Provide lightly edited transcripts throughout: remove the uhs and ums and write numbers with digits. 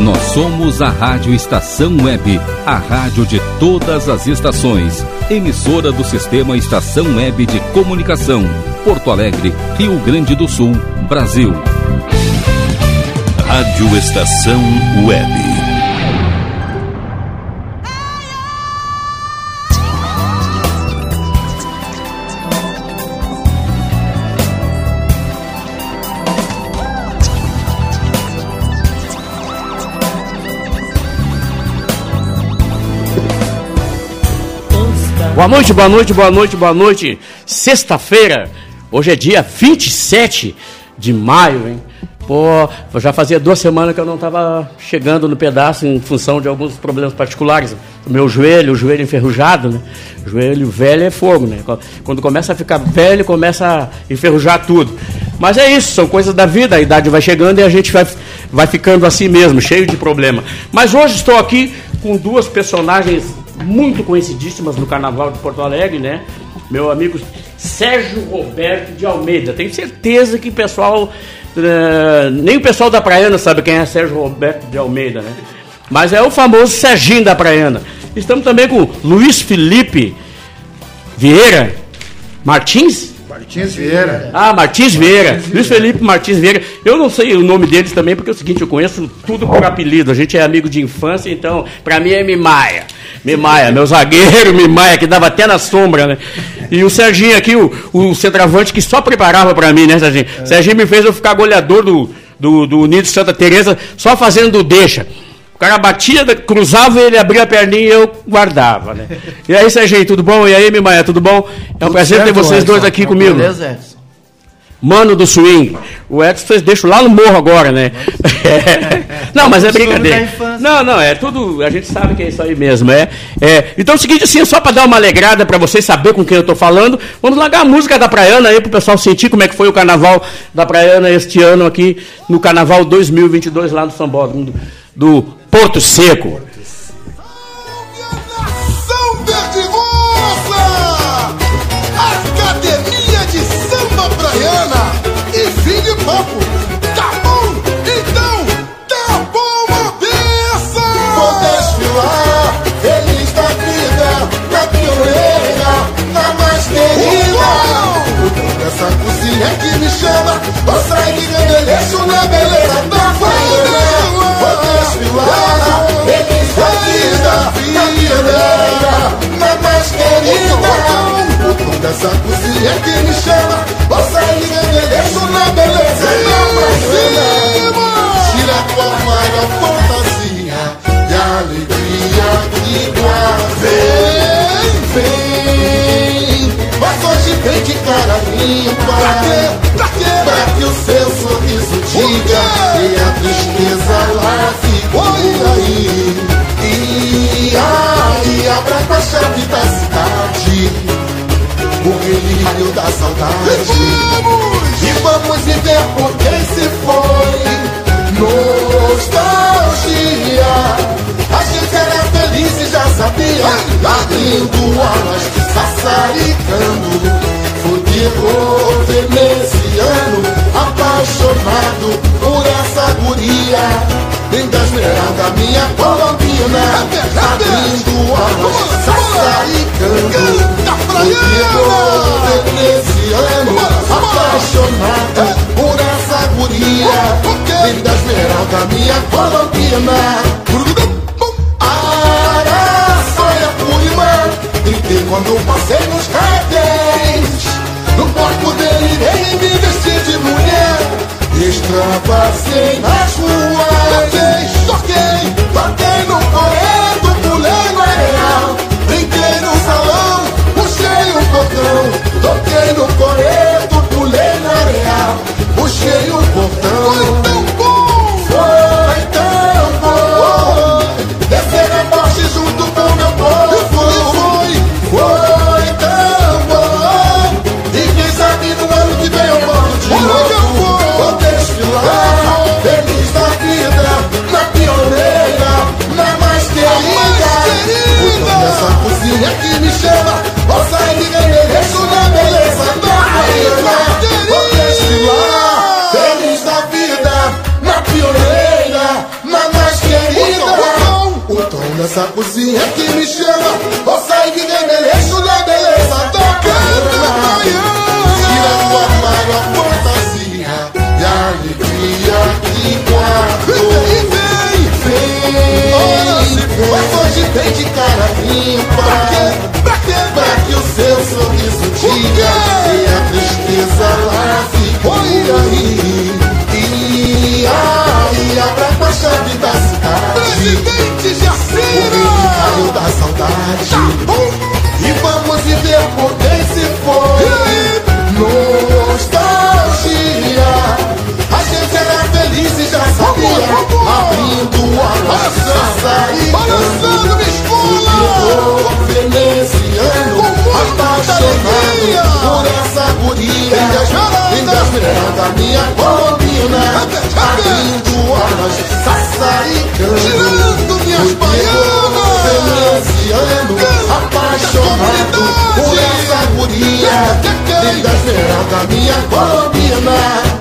Nós somos a Rádio Estação Web, a rádio de todas as estações. Emissora do Sistema Estação Web de Comunicação. Porto Alegre, Rio Grande do Sul, Brasil. Rádio Estação Web. Boa noite, boa noite, boa noite, boa noite. Sexta-feira, hoje é dia 27 de maio, hein? Pô, já fazia 2 semanas que eu não estava chegando no pedaço em função de alguns problemas particulares. O meu joelho, o joelho enferrujado, né? O joelho velho é fogo, né? Quando começa a ficar velho, começa a enferrujar tudo. Mas é isso, são coisas da vida, a idade vai chegando e a gente vai ficando assim mesmo, cheio de problema. Mas hoje estou aqui com 2 personagens muito conhecidíssimas no Carnaval de Porto Alegre, né? Meu amigo Sérgio Roberto de Almeida. Tenho certeza que o pessoal, nem o pessoal da Praiana sabe quem é Sérgio Roberto de Almeida, né? Mas é o famoso Serginho da Praiana. Estamos também com Luiz Felipe Vieira Martins Vieira. Ah, Martins Vieira. Luiz Felipe Martins Vieira. Eu não sei o nome deles também, porque é o seguinte, eu conheço tudo por apelido. A gente é amigo de infância, então, pra mim é Mimaia, meu zagueiro Mimaia, que dava até na sombra, né? E o Serginho aqui, o centroavante que só preparava pra mim, né, Serginho? Serginho me fez eu ficar goleador do Unido Santa Teresa, só fazendo deixa. O cara batia, cruzava, ele abria a perninha e eu guardava, né? E aí, Serginho, tudo bom? E aí, Mimaia, tudo bom? É um prazer ter vocês dois aqui comigo. Beleza, Edson. Mano do swing. O Edson vocês deixam lá no morro agora, né? Não, mas é brincadeira. Não, é tudo, a gente sabe que é isso aí mesmo. Então é o seguinte, assim, só para dar uma alegrada para vocês saber com quem eu tô falando, vamos largar a música da Praiana aí pro pessoal sentir como é que foi o Carnaval da Praiana este ano aqui no Carnaval 2022 lá no Sambódromo do Porto Seco. E fim de papo, tá bom? Então, tá bom, moça! Vou desfilar, feliz da vida, na pioneira, na mais querida. O bom dessa cozinha que me chama, mostra que endereço na beleza da Praiana. Vou desfilar, feliz da vida, na pioneira, na mais querida. O bom dessa cozinha que me chama, mostra que endereço na beleza da Praiana. Tira a tua maior fantasia e a alegria que vem. Mas hoje vem de cara limpa. Pra que o seu sorriso diga e a tristeza lá fique aí. E abra com a chave da cidade o relíquio da saudade. E vamos viver por quem se foi. Nostalgia. A gente era feliz e já sabia. Abrindo alas, sassaricando. Futebol veneziano, apaixonado por essa guria. Linda esmeralda, minha colombina. Abrindo alas, sassaricando. Futebol veneziano, apaixonada por essa guria. Linda esmeralda, minha colombina. Araçoia Purimã, gritei quando passei nos jardins. No corpo dele nem me vesti de mulher. Extravasei nas ruas. Toquei no correto, pulei no areal. Brinquei no salão, puxei o cordão. Toquei no coreto, pulei na areal. Puxei o portão. Foi tão bom! Foi tão bom! Descer a morte junto com meu povo. Foi tão bom! E quem sabe no ano que vem eu volto de novo. Vou desfilar, feliz da vida, na pioneira, na mais querida. O dono dessa cozinha que me chama, possa ir endereço na beleza da Praiana. dessa cozinha que me chama. Vou sair de remeleixo na beleza da Baiana. Tirando o armário a fantasia e a alegria que guardo. Mas hoje vem de cara limpa. Pra que o seu sorriso diga que a tristeza lá ficou aí. E abra com a chave da cidade. Presidente Jaciro! O raio da saudade. E vamos viver por quem se foi. Nostalgia. A gente era feliz e já sabia. Abrindo a nossa e balançando minha escola. Veneziano, apaixonado por essa guria. Engasmerando a minha bombina. Abrindo a nossa saicando. Girando minhas baianas. Veneziano, apaixonado por essa guria. Engasmerando a minha bombina.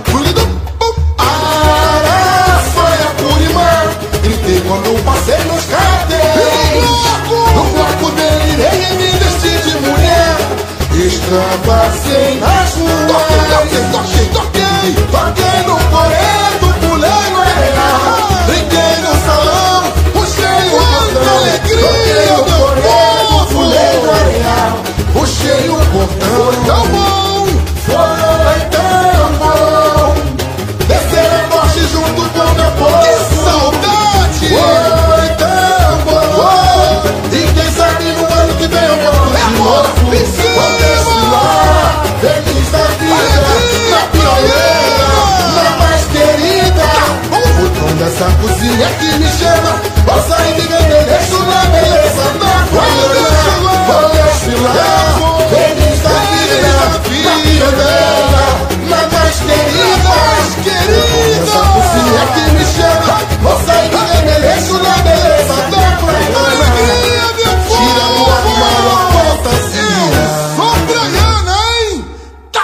Gritei quando passei nos cartéis. No bloco delirei e me vesti de mulher. Extravasei nas ruas. Toquei no coreto, pulei no areal. Brinquei no salão, puxei o cordão. Toquei no coreto, pulei no areal. Puxei o cordão. Tão bom, foi tão bom. Descer a morte junto com meu povo. Que saudade! Foi tão bom. E quem sabe no ano que vem eu volto de novo. Vou desfilar, feliz da vida, na pioneira, na mais querida. O tom dessa cozinha que me chama. Vou sair de remeleixo na beleza da Baiana. Vou desfilar, feliz da vida, na pioneira, na mais querida. Essa cozinha que me chama. Vou sair de remeleixo na beleza da Baiana. Tirando o armário a fantasia. Sou Baiana, hein? Tá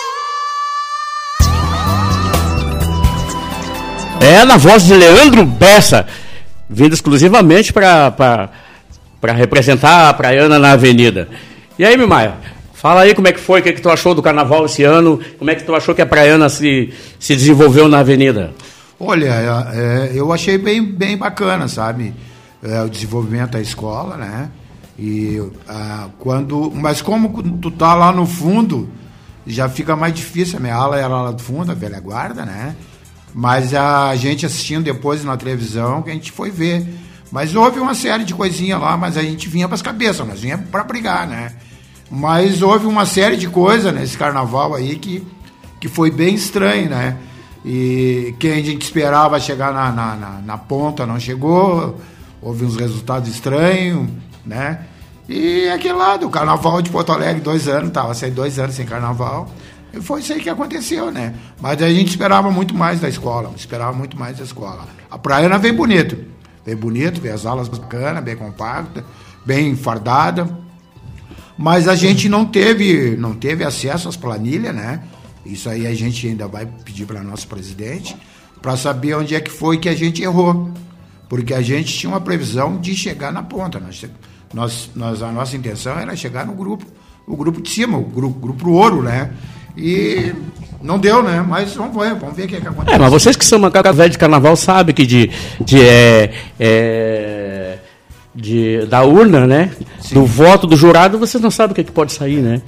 bom! É na voz de Leandro Bessa, vindo exclusivamente para representar a Praiana na Avenida. E aí, Mimaia, fala aí como é que foi, o que tu achou do carnaval esse ano, como é que tu achou que a Praiana se desenvolveu na Avenida? Olha, eu achei bem bacana, sabe? O desenvolvimento da escola, né? Mas como tu tá lá no fundo, já fica mais difícil. A minha ala era lá do fundo, a velha guarda, né? Mas a gente assistindo depois na televisão, que a gente foi ver. Mas houve uma série de coisinhas lá, mas a gente vinha para as cabeças, nós vinha para brigar, né? Mas houve uma série de coisas nesse carnaval aí que foi bem estranho, né? E quem a gente esperava chegar na ponta não chegou, houve uns resultados estranhos, né? E aquele lado, o carnaval de Porto Alegre, 2 anos, estava sem 2 anos sem carnaval, e foi isso aí que aconteceu, né? Mas a gente esperava muito mais da escola, A Praiana veio bonito, veio as aulas bacanas, bem compacta, bem fardada, mas a gente não teve acesso às planilhas, né? Isso aí a gente ainda vai pedir para nosso presidente para saber onde é que foi que a gente errou, porque a gente tinha uma previsão de chegar na ponta. A nossa intenção era chegar no grupo, o grupo de cima, o grupo ouro, né? E não deu, né? Mas vamos ver o que acontece. Mas vocês que são macaco velho de carnaval sabem que da urna, né? Sim. Do voto do jurado, vocês não sabem o que pode sair, né?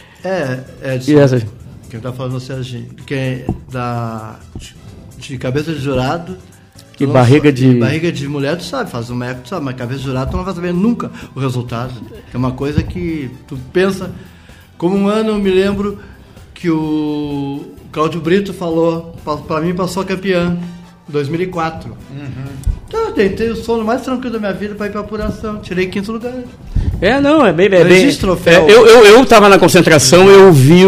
Que está falando assim, que de cabeça de jurado e barriga de mulher, tu sabe, faz um eco, tu sabe, mas cabeça de jurado tu não vai saber nunca o resultado. É uma coisa que tu pensa, como um ano eu me lembro que o Cláudio Brito falou, para mim passou campeã, em 2004. Então eu tentei o sono mais tranquilo da minha vida para ir para apuração, tirei 5º lugar. É bem... Existe troféu. Eu estava na concentração, eu vi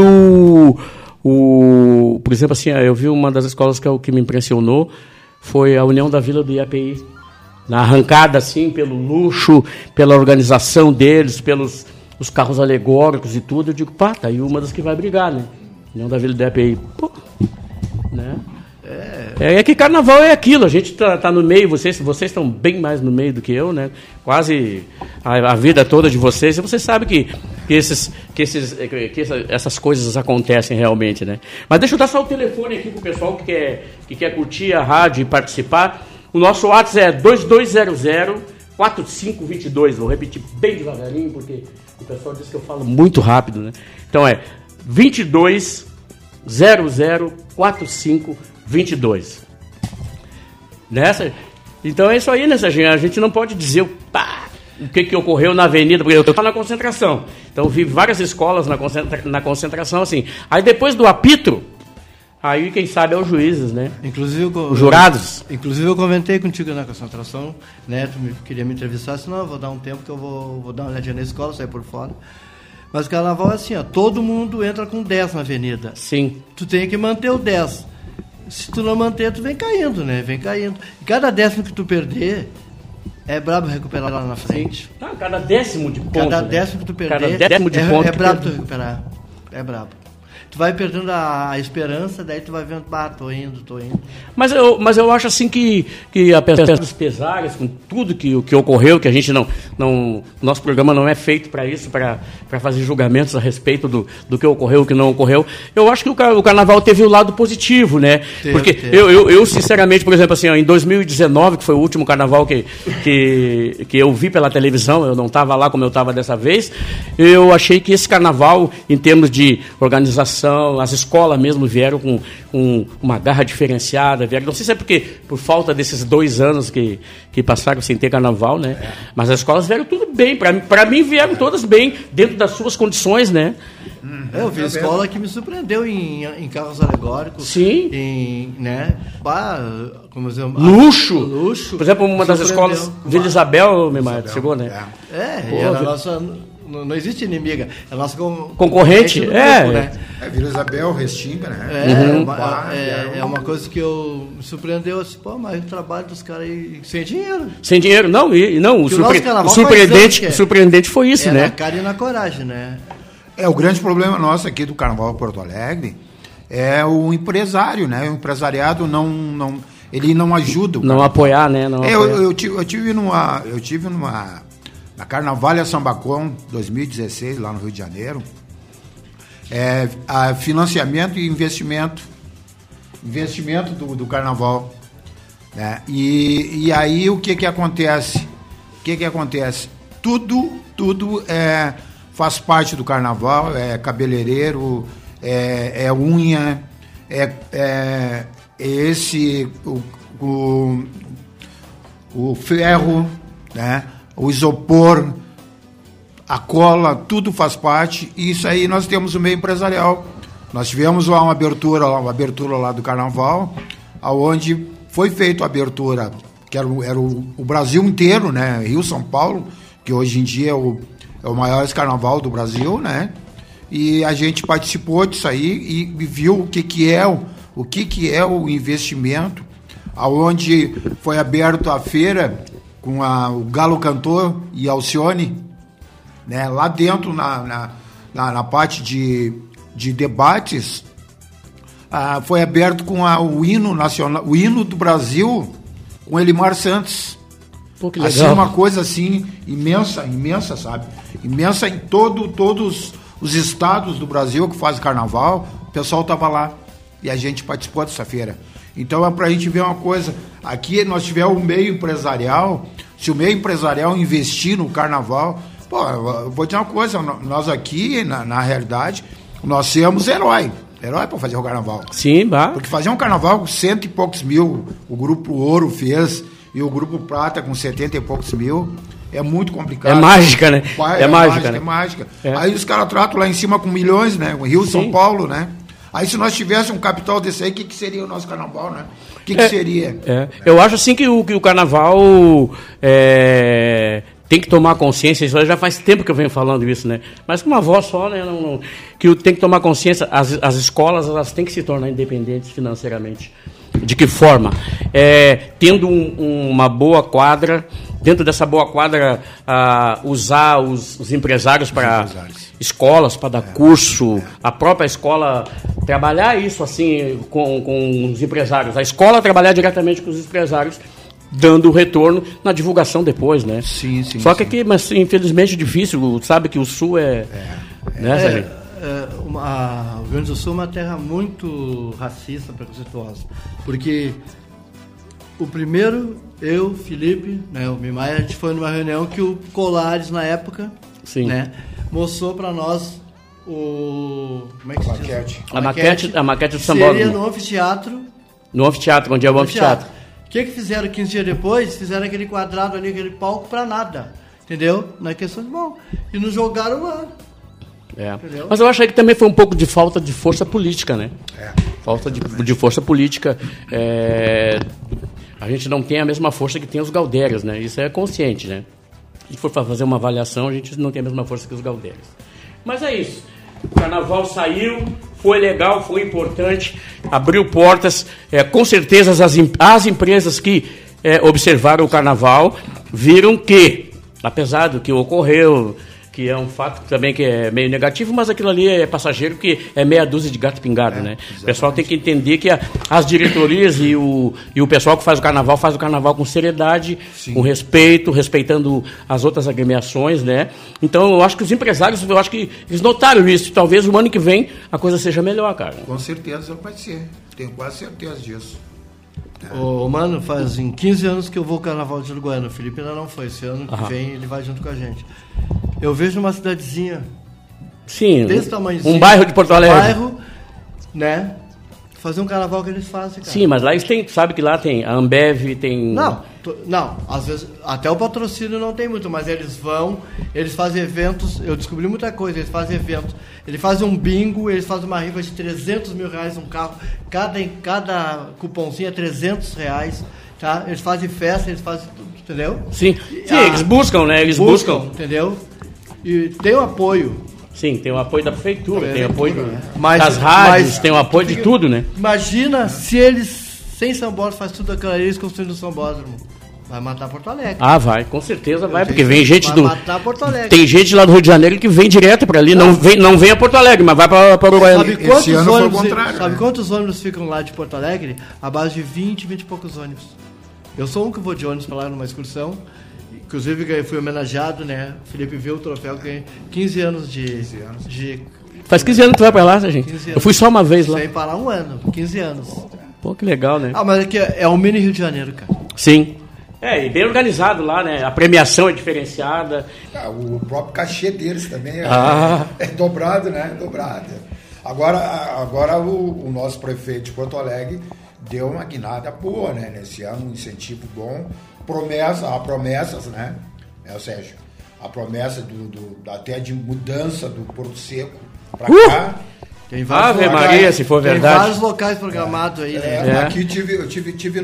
por exemplo, assim, eu vi uma das escolas que me impressionou, foi a União da Vila do IAPI. Na arrancada, assim, pelo luxo, pela organização deles, pelos os carros alegóricos e tudo, eu digo, tá aí uma das que vai brigar, né? União da Vila do IAPI. Pô, né? É que carnaval é aquilo, a gente tá no meio, vocês estão bem mais no meio do que eu, né? Quase a vida toda de vocês, e você sabe que essas coisas acontecem realmente, né? Mas deixa eu dar só o telefone aqui pro pessoal que quer curtir a rádio e participar. O nosso WhatsApp é 2200-4522, vou repetir bem devagarinho, porque o pessoal diz que eu falo muito rápido, né? Então é 2200-4522. Nessa? Então é isso aí, né, Serginho? A gente não pode dizer o que ocorreu na avenida, porque eu estou na concentração. Então vi várias escolas na concentração, assim. Aí depois do apito, aí quem sabe é os juízes, né? Inclusive os jurados. Inclusive eu comentei contigo na concentração, né? Tu queria me entrevistar, senão eu vou dar um tempo que eu vou dar uma olhadinha na escola, sair por fora. Mas o carnaval é assim, ó, todo mundo entra com 10 na avenida. Sim. Tu tem que manter o 10. Se tu não manter, tu vem caindo, né? Vem caindo. E cada décimo que tu perder, é brabo recuperar lá na frente. Ah, cada décimo de ponto. Cada décimo que tu perder, cada décimo de ponto é brabo tu recuperar. É brabo. Tu vai perdendo a esperança, daí tu vai vendo, tô indo. Mas eu acho assim que apesar dos pesares, com tudo que ocorreu, que a gente nosso programa não é feito para isso, para fazer julgamentos a respeito do que ocorreu, o que não ocorreu. Eu acho que o carnaval teve o lado positivo, né? Porque eu sinceramente, por exemplo, assim, ó, em 2019, que foi o último carnaval que eu vi pela televisão, eu não estava lá como eu estava dessa vez, eu achei que esse carnaval, em termos de organização, as escolas mesmo vieram com uma garra diferenciada, não sei se é porque por falta desses 2 anos que passaram sem ter carnaval, né? Mas as escolas vieram tudo bem, para mim vieram todas bem, dentro das suas condições, né? Eu vi a escola que me surpreendeu em carros alegóricos. Sim. Né? Como dizer, luxo. Por exemplo, uma das escolas, Vila Isabel, chegou, né? Era a nossa... Não existe inimiga, é a nossa concorrente. Grupo, né? Vila Isabel, Restinga, né? É uma coisa que me surpreendeu, assim, mas o trabalho dos caras aí sem dinheiro. Sem dinheiro, não. O surpreendente foi isso, né? Na cara e na coragem, né? O grande problema nosso aqui do Carnaval Porto Alegre é o empresário, né? O empresariado ele não ajuda. Não apoiar, né? Eu tive numa na Carnaval Sambacom 2016, lá no Rio de Janeiro, financiamento e investimento do Carnaval, né? E aí o que acontece? Tudo faz parte do Carnaval, cabeleireiro, unha, o ferro, né? O isopor, a cola, tudo faz parte. E isso aí nós temos o meio empresarial. Nós tivemos lá uma abertura lá do Carnaval, onde foi feita a abertura, que era o Brasil inteiro, né? Rio, São Paulo, que hoje em dia é o maior carnaval do Brasil, né? E a gente participou disso aí e viu o que é o investimento, aonde foi aberto a feira com o Galo Cantor e Alcione, né? Lá dentro, na parte de debates, foi aberto com o hino nacional, o hino do Brasil, com Elimar Santos. Pô, que legal. Assim, uma coisa assim, imensa, sabe? Imensa em todos os estados do Brasil que fazem carnaval, o pessoal estava lá e a gente participou dessa feira. Então é para a gente ver uma coisa, aqui nós tivemos um meio empresarial, se o meio empresarial investir no carnaval, eu vou dizer uma coisa, nós aqui, na realidade, nós somos herói para fazer o carnaval. Sim, porque fazer um carnaval com 100 e poucos mil, o Grupo Ouro fez, e o Grupo Prata com 70 e poucos mil, é muito complicado. É mágica, né? É mágica. Aí os caras tratam lá em cima com milhões, né? O Rio, São Paulo, né? Aí se nós tivéssemos um capital desse aí, o que seria o nosso carnaval, né? O que seria? Eu acho assim que o carnaval tem que tomar consciência, isso já faz tempo que eu venho falando isso, né? Mas com uma voz só, né? Que tem que tomar consciência, as escolas elas têm que se tornar independentes financeiramente. De que forma? Tendo uma boa quadra, dentro dessa boa quadra, usar os empresários para escolas, para dar curso, a própria escola trabalhar isso assim com os empresários. A escola trabalhar diretamente com os empresários, dando o retorno na divulgação depois, né? Sim. Só que aqui, mas infelizmente é difícil, sabe que o Sul né, Sargento? O Rio Grande do Sul é uma terra muito racista, preconceituosa, porque o primeiro, eu, Felipe, né, o Mimaia, a gente foi numa reunião que o Colares, na época, né, mostrou para nós como é que se diz? A maquete do Sambódromo. Seria no anfiteatro. No anfiteatro, onde é o anfiteatro. O que fizeram 15 dias depois? Fizeram aquele quadrado ali, aquele palco para nada. Entendeu? Na questão de bom. E nos jogaram lá. Mas eu acho que também foi um pouco de falta de força política, né? Falta de força política. A gente não tem a mesma força que tem os Galdérios, né? Isso é consciente, né? Se a gente for fazer uma avaliação, a gente não tem a mesma força que os Galdérios. Mas é isso. O carnaval saiu, foi legal, foi importante, abriu portas. Com certeza as empresas que observaram o carnaval viram que, apesar do que ocorreu, que é um fato também que é meio negativo, mas aquilo ali é passageiro, que é meia dúzia de gato pingado, né? Exatamente. O pessoal tem que entender que as diretorias e o pessoal que faz o carnaval com seriedade, com respeito, respeitando as outras agremiações, né? Então, eu acho que os empresários, eles notaram isso. Talvez o ano que vem a coisa seja melhor, cara. Com certeza vai ser. Tenho quase certeza disso. Mano, fazem 15 anos que eu vou ao Carnaval de Uruguaiana. O Felipe ainda não foi. Esse ano que vem ele vai junto com a gente. Eu vejo uma cidadezinha desse tamanhozinho. Um bairro de Porto Alegre. Um bairro, né? Fazer um carnaval que eles fazem, cara. Sim, mas lá eles têm, sabe que lá tem a Ambev, tem... Não, às vezes, até o patrocínio não tem muito, mas eles vão, eles fazem eventos, eu descobri muita coisa, eles fazem eventos, eles fazem um bingo, eles fazem uma rifa de 300 mil reais um carro, cada cupomzinho é 300 reais, tá? Eles fazem festa, eles fazem tudo, entendeu? Sim, eles buscam, né? Eles buscam. Entendeu? E tem o apoio. Sim, tem o apoio da prefeitura, tem o apoio das rádios, tem o apoio de tudo, né? Imagina se eles, sem Sambódromo, faz tudo aquilo ali, eles construindo o Sambódromo. Vai matar Porto Alegre. Vai, com certeza vai, porque vem gente vai matar Porto Alegre. Tem gente lá do Rio de Janeiro que vem direto para ali, não vem a Porto Alegre, mas vai para Uruguaiana. Esse ano foi o contrário. Sabe quantos ônibus ficam lá de Porto Alegre? A base de 20 e poucos ônibus. Eu sou um que vou de ônibus para lá numa excursão. Inclusive, fui homenageado, né? O Felipe viu o troféu, ganhei 15 anos de... Faz 15 anos que tu vai pra lá, né, gente? Eu fui só uma vez lá. Sem parar um ano, 15 anos. Pô, que legal, né? Mas é o mini Rio de Janeiro, cara. Sim. E bem organizado lá, né? A premiação é diferenciada. O próprio cachê deles também é dobrado, né? Dobrado. Agora o nosso prefeito de Porto Alegre deu uma guinada boa, né? Nesse ano, um incentivo bom. Há promessas, né? Sérgio? A promessa até de mudança do Porto Seco para cá. Tem vários Ave Maria, se for verdade. Tem vários locais programados aí, né? Aqui eu tive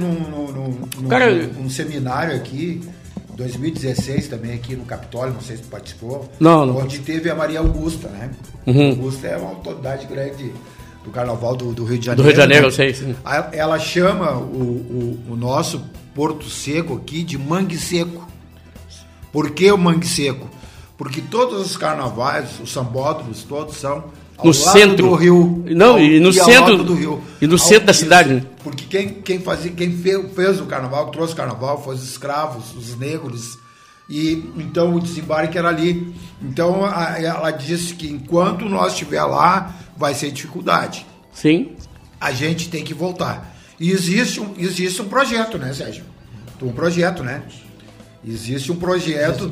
num seminário aqui, 2016 também, aqui no Capitólio, não sei se tu participou. Não. Onde teve a Maria Augusta, né? Augusta é uma autoridade grande do Carnaval do Rio de Janeiro. Do Rio de Janeiro, eu sei, sim. Ela chama o nosso Porto Seco aqui de Mangue Seco. Por que o Mangue Seco? Porque todos os carnavais, os sambódromos, todos são no centro do Rio. E no centro do Rio. E no centro da cidade, né? Porque quem fez o carnaval, trouxe o carnaval, foi os escravos, os negros. E então o desembarque era ali. Então ela disse que enquanto nós estiver lá, vai ser dificuldade. Sim. A gente tem que voltar. E existe um projeto, né, Sérgio? Um projeto, né? Existe um projeto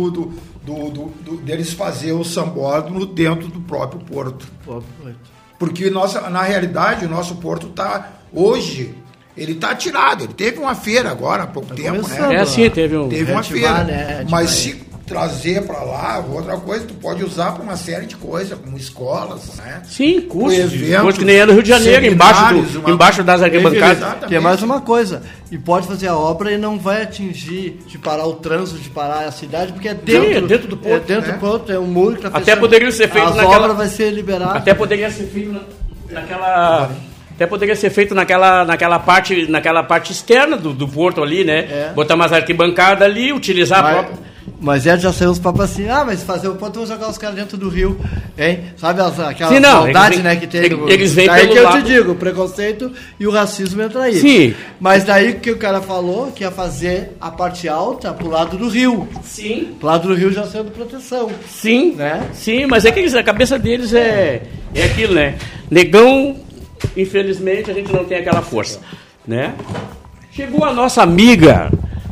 deles fazer o sambódromo dentro do próprio porto. Porque na realidade o nosso porto está hoje, ele está tirado. Ele teve uma feira agora há pouco tempo, né? Teve uma feira. Né? Mas se trazer para lá, outra coisa, tu pode usar para uma série de coisas, como escolas, né? Sim, cursos que nem é no Rio de Janeiro, embaixo das arquibancadas. Tem mais uma coisa, e pode fazer a obra e não vai atingir de parar o trânsito, de parar a cidade, porque é dentro do porto. Dentro do porto, é um muro que está fechando. Até poderia ser feito naquela... A obra vai ser liberada. Até poderia ser feito naquela... Até poderia ser feito naquela parte externa do porto ali, né? Botar umas arquibancadas ali, utilizar a própria... Mas já saiu os papos assim, mas fazer o ponto, vamos jogar os caras dentro do rio, hein? Sabe aquela saudade, né, que tem... Eles vêm daí pelo que eu lado. te digo, o preconceito e o racismo entra aí. Sim. Mas daí que o cara falou que ia fazer a parte alta pro lado do rio. Sim. Pro lado do rio já sendo proteção. Sim, né? Sim, mas é que a cabeça deles é aquilo, né? Negão, infelizmente, a gente não tem aquela força, né? Chegou a nossa amiga...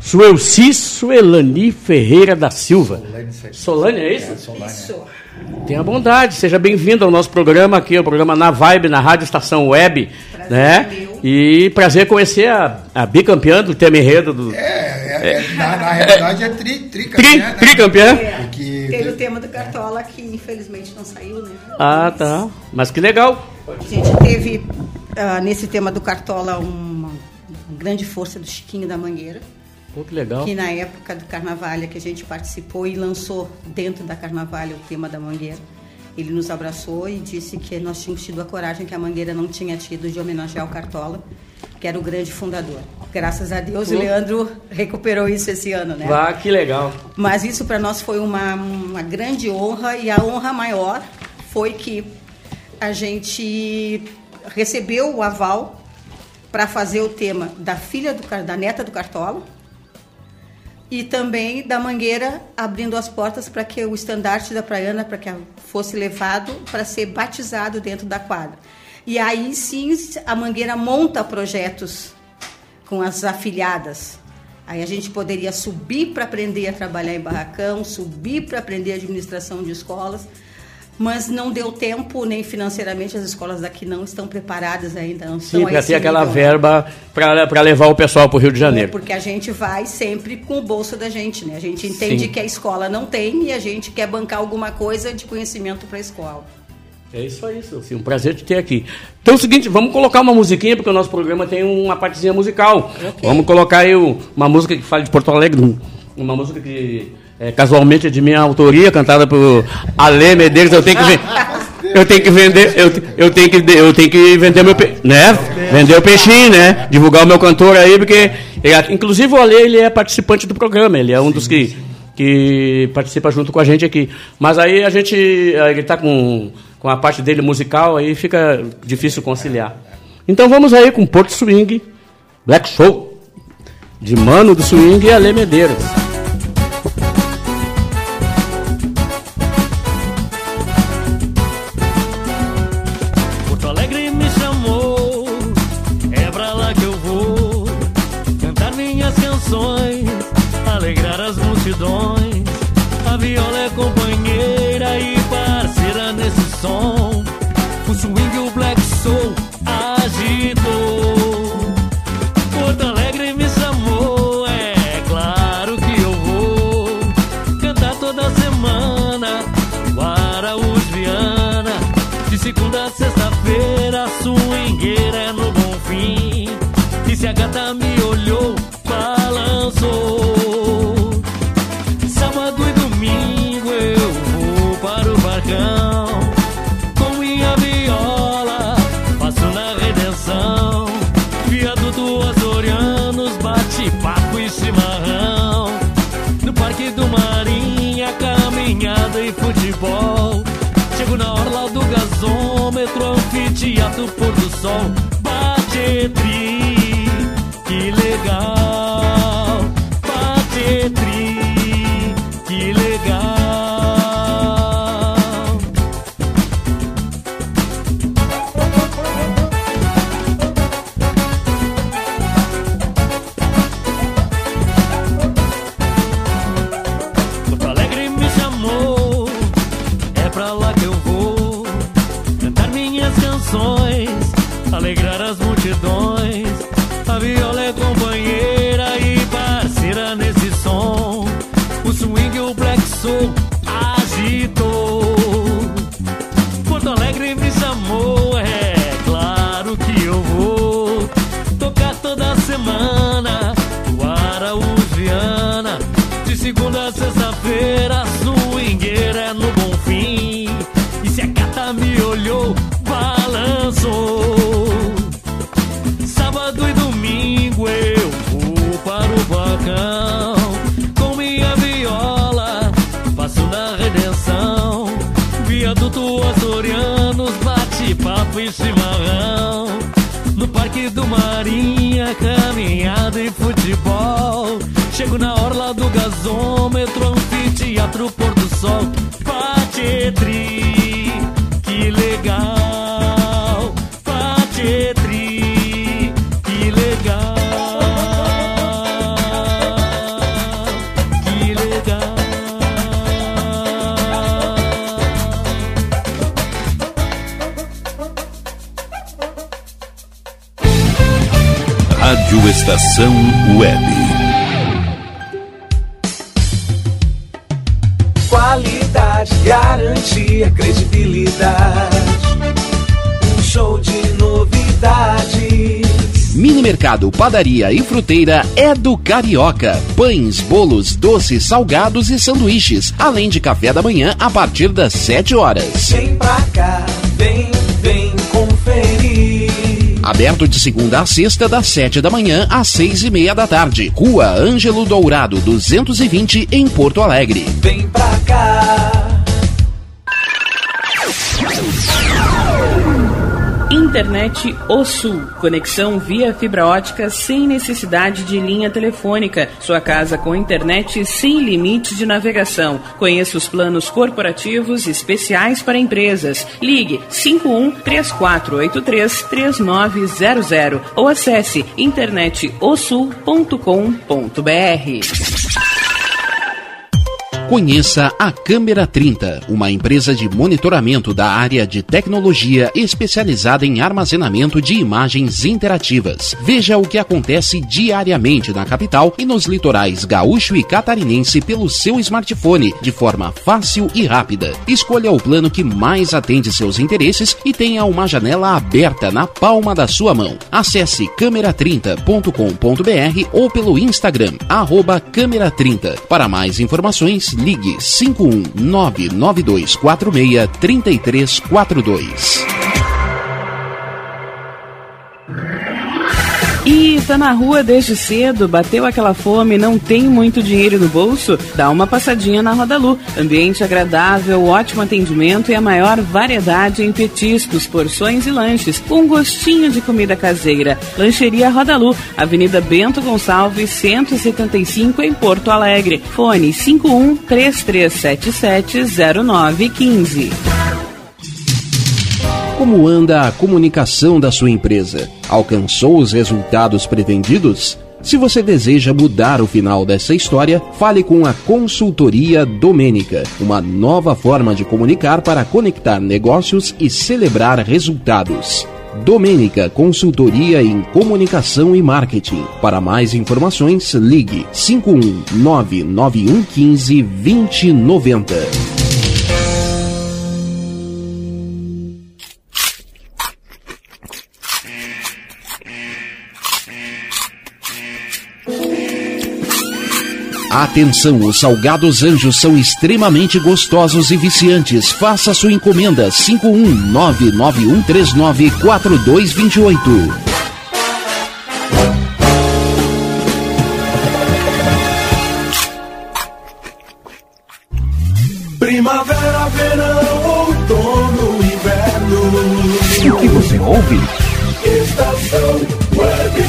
Suelani Ferreira da Silva. Solane, é isso? Isso. Tenha bondade, seja bem-vindo ao nosso programa aqui, o programa Na Vibe, na Rádio Estação Web. Prazer, né? E prazer conhecer a bicampeã do tema enredo. Na realidade é tricampeã. Tricampeã? Teve o tema do Cartola que infelizmente não saiu, né? Ah, tá. Mas que legal. A gente teve nesse tema do Cartola uma grande força do Chiquinho da Mangueira. Pô, que legal. Que na época do Carnavalha que a gente participou e lançou dentro da Carnavalha o tema da Mangueira. Ele nos abraçou e disse que nós tínhamos tido a coragem que a Mangueira não tinha tido de homenagear o Cartola, que era o grande fundador. Graças a Deus o Leandro recuperou isso esse ano, né? Ah, que legal. Mas isso para nós foi uma grande honra, e a honra maior foi que a gente recebeu o aval para fazer o tema da da neta do Cartola, e também da Mangueira abrindo as portas para que o estandarte da Praiana fosse levado para ser batizado dentro da quadra. E aí sim a Mangueira monta projetos com as afiliadas. Aí a gente poderia subir para aprender a trabalhar em barracão, subir para aprender administração de escolas, mas não deu tempo, nem financeiramente as escolas daqui não estão preparadas ainda. Não Sim, para ter aquela verba para levar o pessoal para o Rio de Janeiro. Porque a gente vai sempre com o bolso da gente, né? A gente entende que a escola não tem e a gente quer bancar alguma coisa de conhecimento para a escola. É isso aí, Sim, um prazer te ter aqui. Então é o seguinte, vamos colocar uma musiquinha, porque o nosso programa tem uma partezinha musical. Okay. Vamos colocar aí uma música que fala de Porto Alegre, uma música que... casualmente é de minha autoria, cantada por Alê Medeiros. Eu tenho que vender meu né? Vender o peixinho, né? Divulgar o meu cantor aí, porque inclusive o Alê, ele é participante do programa, ele é um dos que participa junto com a gente aqui. Mas aí ele está com a parte dele musical, aí fica difícil conciliar. Então vamos aí com Porto Swing, Black Show, de Mano do Swing e Alê Medeiros. Alegrar as multidões, a viola é companheira e parceira nesse som. O swing e o black soul agitou. Porto Alegre me chamou, é claro que eu vou cantar toda semana o Araújo Viana. De segunda a sexta-feira, swingueira é no Bonfim. E se a gata me olhou, balançou. Sábado e domingo eu vou para o barcão com minha viola, passo na Redenção. Viaduto Açorianos, bate-papo e chimarrão. No Parque do Marinha, caminhada e futebol. Chego na orla do gasômetro, anfiteatro, pôr do sol. Bate-tri, que legal, bate-tri, que legal. Porto Alegre me chamou, é pra lá que eu vou cantar minhas canções, alegrar as multidões. A viola é companheira e parceira nesse som. O swing e o black soul agitou. Porto Alegre me chamou, é claro que eu vou tocar toda semana o Araújo Viana. De segunda a sexta-feira, swingueira é no Bonfim. E se a gata me olhou, balançou. caminhada e futebol. Chego na orla do gasômetro, anfiteatro, pôr do sol. Patetri, que legal. Patetri, que legal. Que legal. Rádio Estação Web. Qualidade, garantia, credibilidade. Um show de novidades. Mini Mercado, Padaria e Fruteira é do Carioca. Pães, bolos, doces, salgados e sanduíches. Além de café da manhã a partir das 7 horas. Vem pra cá, vem conferir. Aberto de segunda a sexta, das 7 da manhã às 6:30 da tarde. Rua Ângelo Dourado, 220, em Porto Alegre. Vem pra cá. Internet O Sul. Conexão via fibra ótica sem necessidade de linha telefônica. Sua casa com internet sem limite de navegação. Conheça os planos corporativos especiais para empresas. Ligue 51-3483-3900 ou acesse internetosul.com.br. Conheça a Câmera 30, uma empresa de monitoramento da área de tecnologia especializada em armazenamento de imagens interativas. Veja o que acontece diariamente na capital e nos litorais gaúcho e catarinense pelo seu smartphone, de forma fácil e rápida. Escolha o plano que mais atende seus interesses e tenha uma janela aberta na palma da sua mão. Acesse câmera30.com.br ou pelo Instagram, @câmera30. Para mais informações, ligue 51992463342. E tá na rua desde cedo, bateu aquela fome, não tem muito dinheiro no bolso? Dá uma passadinha na Rodalu. Ambiente agradável, ótimo atendimento e a maior variedade em petiscos, porções e lanches, com gostinho de comida caseira. Lancheria Rodalu, Avenida Bento Gonçalves, 175, em Porto Alegre. Fone 51-3377-0915. Como anda a comunicação da sua empresa? Alcançou os resultados pretendidos? Se você deseja mudar o final dessa história, fale com a Consultoria Domênica, uma nova forma de comunicar para conectar negócios e celebrar resultados. Domênica Consultoria em Comunicação e Marketing. Para mais informações, ligue 51991152090. Atenção, os salgados Anjos são extremamente gostosos e viciantes. Faça sua encomenda 51991394228. Primavera, verão, outono, inverno. O que você ouve? Estação Web.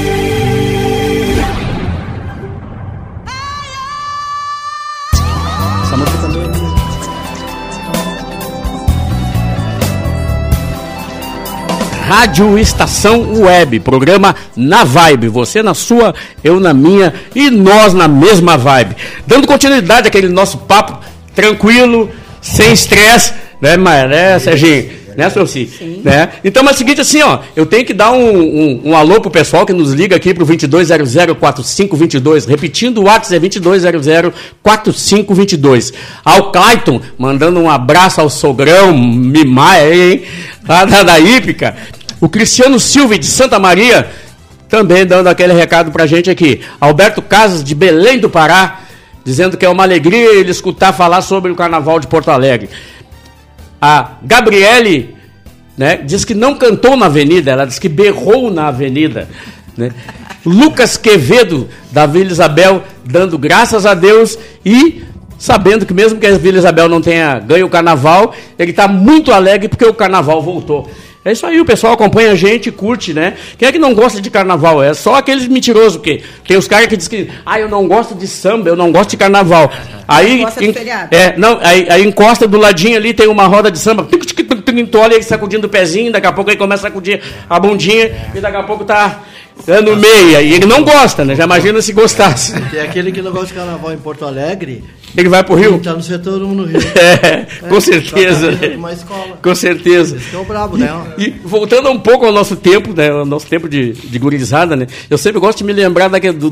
Rádio Estação Web, programa na vibe, você na sua, eu na minha e nós na mesma vibe. Dando continuidade àquele nosso papo tranquilo, sem estresse, né, Serginho? Né, Celci? Né? Então, mas é o seguinte, assim, ó, eu tenho que dar um alô pro pessoal que nos liga aqui pro 22004522, repetindo, o WhatsApp é 22004522. Ao Clayton, mandando um abraço ao sogrão, Mimaia, hein, lá da Hípica. O Cristiano Silva, de Santa Maria, também dando aquele recado pra gente aqui. Alberto Casas, de Belém do Pará, dizendo que é uma alegria ele escutar falar sobre o Carnaval de Porto Alegre. A Gabriele, né, diz que não cantou na avenida, ela diz que berrou na avenida, né? Lucas Quevedo, da Vila Isabel, dando graças a Deus e sabendo que mesmo que a Vila Isabel não tenha ganho o Carnaval, ele está muito alegre porque o Carnaval voltou. É isso aí, o pessoal acompanha a gente, curte, né? Quem é que não gosta de carnaval? É só aqueles mentirosos, porque tem os caras que dizem que, eu não gosto de samba, eu não gosto de carnaval. Aí, gosta de feriado. Aí encosta do ladinho ali, tem uma roda de samba, tu olha ele sacudindo o pezinho, daqui a pouco ele começa a sacudir a bundinha, e daqui a pouco tá ano meia, e ele não gosta, né? Já imagina se gostasse. Tem aquele que não gosta de carnaval em Porto Alegre. Ele vai pro Rio? Tá no setor 1 no Rio. Com certeza. Uma escola. Com certeza. Esse que é o brabo, né? E voltando um pouco ao nosso tempo, né? O nosso tempo de gurizada, né? Eu sempre gosto de me lembrar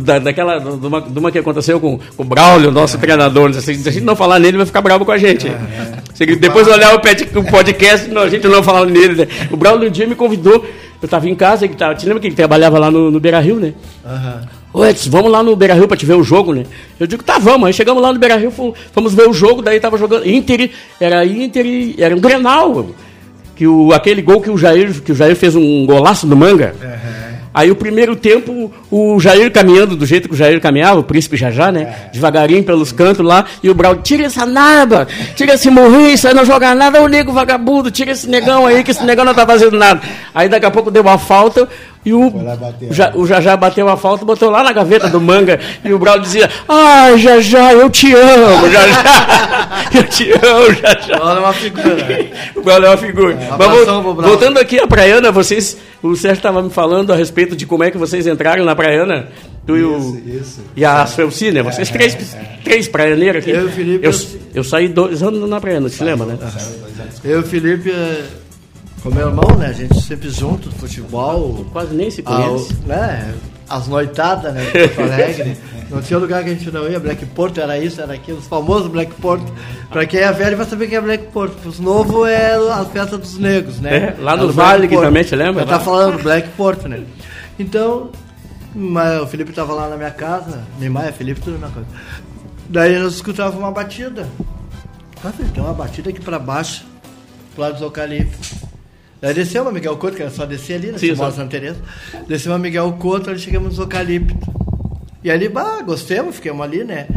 de uma que aconteceu com o Braulio, nosso treinador. Se a gente não falar nele, vai ficar bravo com a gente. Se depois olhar o podcast, a gente não falar nele, né? O Braulio um dia me convidou. Eu estava em casa, te lembra que ele trabalhava lá no Beira-Rio, né? Ô Edson, vamos lá no Beira-Rio para te ver o jogo, né? Eu digo, tá, vamos. Aí chegamos lá no Beira-Rio, fomos ver o jogo, daí tava jogando era um Grenal. Aquele gol que o Jair fez um golaço no Manga. Aí o primeiro tempo, o Jair caminhando do jeito que o Jair caminhava, o Príncipe Jajá, né? Devagarinho pelos cantos lá, e o Braulio, tira essa naba, tira esse morrinho, isso aí não joga nada, ô nego vagabundo, tira esse negão aí, que esse negão não tá fazendo nada. Aí daqui a pouco deu uma falta, e o Jajá bateu a falta, botou lá na gaveta do Manga, e o Braulio dizia, Jajá, eu te amo, Jajá, eu te amo, Jajá. O Braulio é uma figura. O Braulio é uma figura. Mas voltando aqui à Praiana, o Sérgio estava me falando a respeito de como é que vocês entraram na Praiana, Isso. E a Suelci, né? Vocês três praianeiros aqui. Eu e o Felipe... Eu saí 2 anos na Praiana, se lembra, né? Eu e o Felipe... Com meu irmão, né? A gente sempre junto, futebol. Quase nem se conhece. As noitadas, né? De Porto Alegre. Não tinha lugar que a gente não ia. Black Porto era isso, era aquilo. Os famosos Black Porto. Pra quem é velho vai saber que é Black Porto. Os novos é a festa dos negros, né? Lá no Vale, que também, te lembra? Tá falando Black Porto, né? Então, o Felipe tava lá na minha casa. Minha mãe, Felipe, tudo na minha casa. Daí nós escutávamos uma batida. Filho, tem uma batida aqui pra baixo, pro lado dos eucaliptos. Daí desceu uma Miguel Couto, que era só descer ali, né? Santa Teresa. Desceu uma Miguel Couto, ali chegamos nos eucaliptos. E ali, gostamos, ficamos ali, né?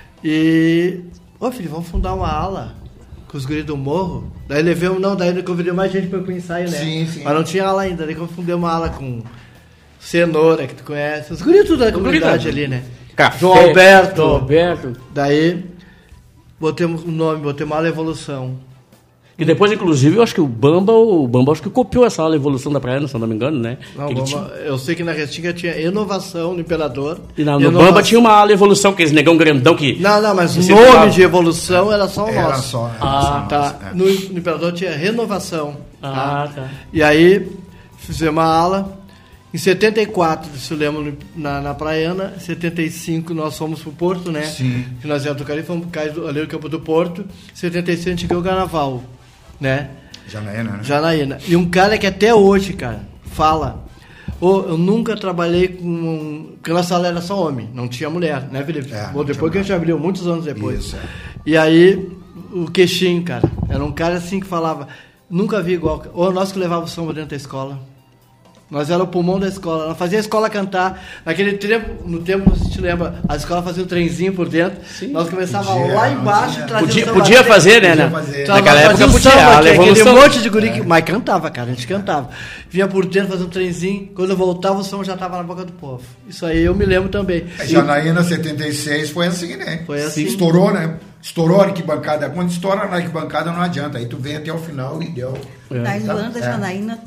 E... filho, vamos fundar uma ala com os guris do morro. Daí daí convidei mais gente para o ensaio, né? Sim. Mas não tinha ala ainda, daí eu fundei uma ala com Cenoura, que tu conhece. Os guris tudo da comunidade ali, né? Café, João Alberto. Daí, botemos o nome, botemos Ala Evolução. E depois, inclusive, eu acho que o Bamba acho que copiou essa aula Evolução da Praiana, se eu não me engano, né? Não, eu sei que na Restinga tinha Inovação no Imperador. E no Bamba tinha uma aula Evolução, aqueles negão grandão que... Não, mas o nome de Evolução era só o nosso. Tá. No Imperador tinha Renovação. Tá. E aí, fizemos uma aula. Em 74, se eu lembro, na Praiana. Em 75, nós fomos pro Porto, né? Sim. Que nós íamos tocar ali, fomos ali no campo do Porto. Em 76, a gente ganhou o Carnaval. Né? Janaína. E um cara que até hoje, cara, fala: eu nunca trabalhei com... Porque na sala era só homem, não tinha mulher, né, Felipe? Depois que a gente abriu, muitos anos depois. Isso. E aí, o Queixinho, cara, era um cara assim que falava: nunca vi igual. Nós que levávamos o samba dentro da escola. Nós era o pulmão da escola. Nós fazia a escola cantar. Naquele tempo, no tempo, você te lembra, a escola fazia um trenzinho por dentro. Sim. Nós começávamos lá embaixo e trazia Podia fazer, né? Naquela época podia. Aquele monte de guri mas cantava, cara. A gente cantava. Vinha por dentro, fazia um trenzinho. Quando eu voltava, o som já estava na boca do povo. Isso aí eu me lembro também. Janaína 76 foi assim, né? Foi assim. Estourou, né? Estourou a arquibancada. Quando estoura na arquibancada, não adianta. Aí tu vem até o final e deu. Na Irlanda da Janaína,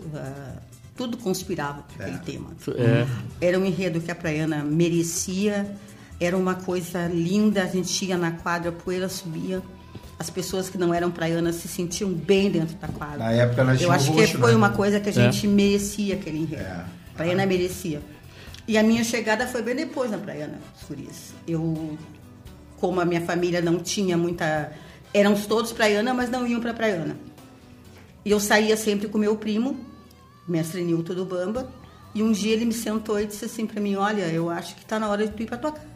tudo conspirava para aquele tema. Era um enredo que a Praiana merecia, era uma coisa linda, a gente ia na quadra, a poeira subia, as pessoas que não eram praianas se sentiam bem dentro da quadra. Na época nós Eu acho que foi uma coisa que a gente merecia, aquele enredo. A Praiana merecia. E a minha chegada foi bem depois na Praiana, Suris. Como a minha família não tinha muita... Éramos todos praiana, mas não iam para Praiana. E eu saía sempre com meu primo, mestre Nilton do Bamba, e um dia ele me sentou e disse assim para mim: olha, eu acho que está na hora de tu ir para tua casa.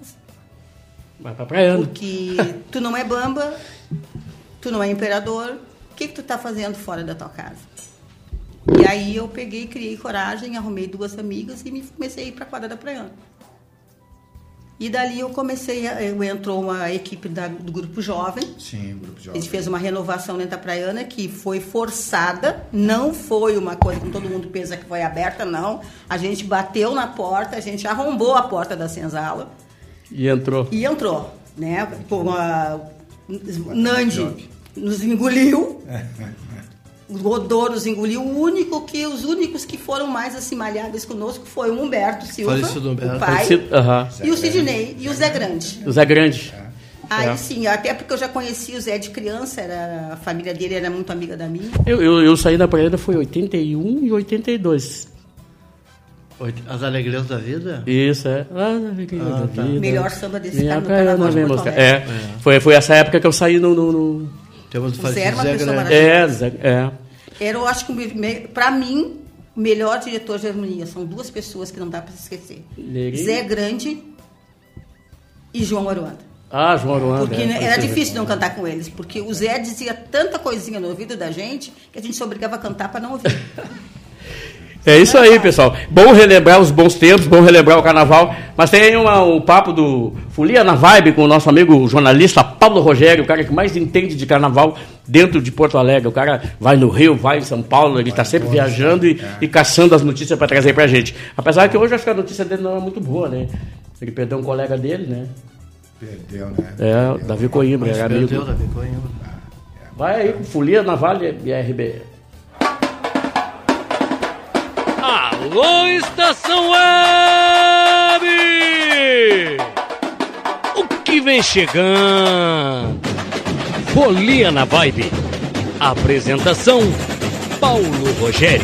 Vai para Praiana. Porque tu não é Bamba, tu não é imperador, o que tu está fazendo fora da tua casa? E aí eu criei coragem, arrumei 2 amigas e comecei a ir para a quadra da Praiana. E dali entrou uma equipe do Grupo Jovem. Sim, Grupo Jovem. A gente fez uma renovação na Itapaiana que foi forçada, não foi uma coisa que todo mundo pensa que foi aberta, não. A gente bateu na porta, a gente arrombou a porta da senzala. E entrou. Né? Nandi nos engoliu. O Godô nos engoliu. Os únicos que foram mais assim malháveis conosco foi o Humberto Silva, o pai, e o Sidney e o Zé Grande. O Zé Grande. Aí sim, até porque eu já conheci o Zé de criança, a família dele era muito amiga da minha. Eu saí da Parada foi em 81 e 82. As Alegrias da Vida? Isso, é. As Alegrias da Vida. Melhor samba desse cara no Carnaval de Porto Alegre. Foi essa época que eu saí no... Temos o Zé era uma pessoa maravilhosa. Eu acho que, para mim, o melhor diretor de harmonia. São duas pessoas que não dá para se esquecer. Zé Grande e João Aruanda. João Aruanda. Porque era difícil não cantar com eles. Porque o Zé dizia tanta coisinha no ouvido da gente que a gente se obrigava a cantar para não ouvir. É isso aí, pessoal. Bom relembrar os bons tempos, bom relembrar o carnaval. Mas tem aí um papo do Folia na Vibe com o nosso amigo jornalista Paulo Rogério, o cara que mais entende de carnaval dentro de Porto Alegre. O cara vai no Rio, vai em São Paulo, ele está sempre viajando e caçando as notícias para trazer pra gente. Apesar que hoje acho que a notícia dele não é muito boa, né? Ele perdeu um colega dele, né? Perdeu, né? Davi Coimbra, era amigo. Perdeu, Davi Coimbra. Vai aí com Folia na Vale e RB. Alô, Estação Web! O que vem chegando? Folia na Vibe. Apresentação, Paulo Rogério.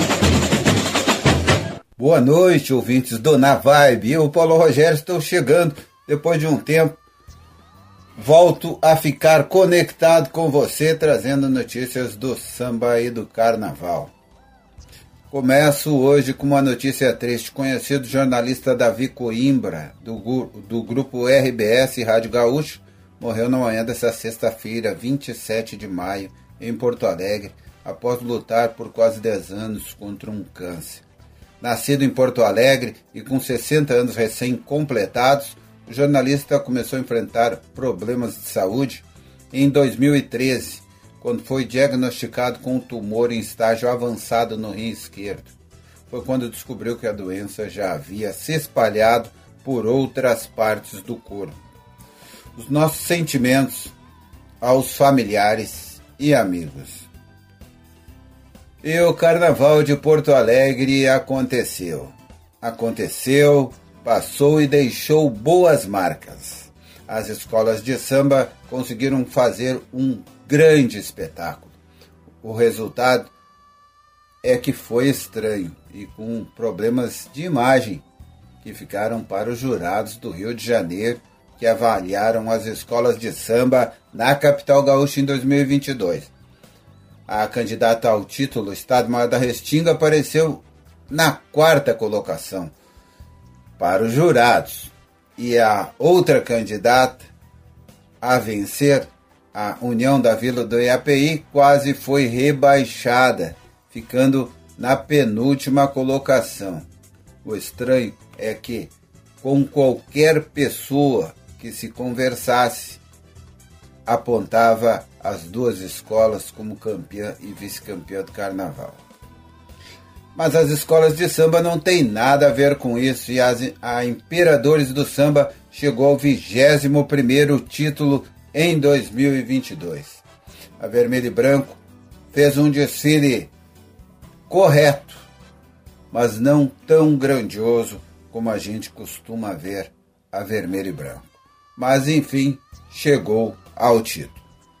Boa noite, ouvintes do Na Vibe. Eu, Paulo Rogério, estou chegando depois de um tempo. Volto a ficar conectado com você, trazendo notícias do samba e do carnaval. Começo hoje com uma notícia triste. Conhecido jornalista Davi Coimbra, do grupo RBS Rádio Gaúcho, morreu na manhã desta sexta-feira, 27 de maio, em Porto Alegre, após lutar por quase 10 anos contra um câncer. Nascido em Porto Alegre e com 60 anos recém-completados, o jornalista começou a enfrentar problemas de saúde em 2013, quando foi diagnosticado com um tumor em estágio avançado no rim esquerdo. Foi quando descobriu que a doença já havia se espalhado por outras partes do corpo. Os nossos sentimentos aos familiares e amigos. E o Carnaval de Porto Alegre aconteceu. Passou e deixou boas marcas. As escolas de samba conseguiram fazer um grande espetáculo. O resultado é que foi estranho e com problemas de imagem que ficaram para os jurados do Rio de Janeiro, que avaliaram as escolas de samba na capital gaúcha em 2022. A candidata ao título Estado-Maior da Restinga apareceu na 4ª colocação para os jurados, e a outra candidata a vencer, a União da Vila do IAPI, quase foi rebaixada, ficando na penúltima colocação. O estranho é que, com qualquer pessoa que se conversasse, apontava as duas escolas como campeã e vice-campeã do carnaval. Mas as escolas de samba não têm nada a ver com isso, e a Imperadores do Samba chegou ao 21º título em 2022. A Vermelho e Branco fez um desfile correto, mas não tão grandioso como a gente costuma ver a Vermelho e Branco. Mas enfim, chegou ao título.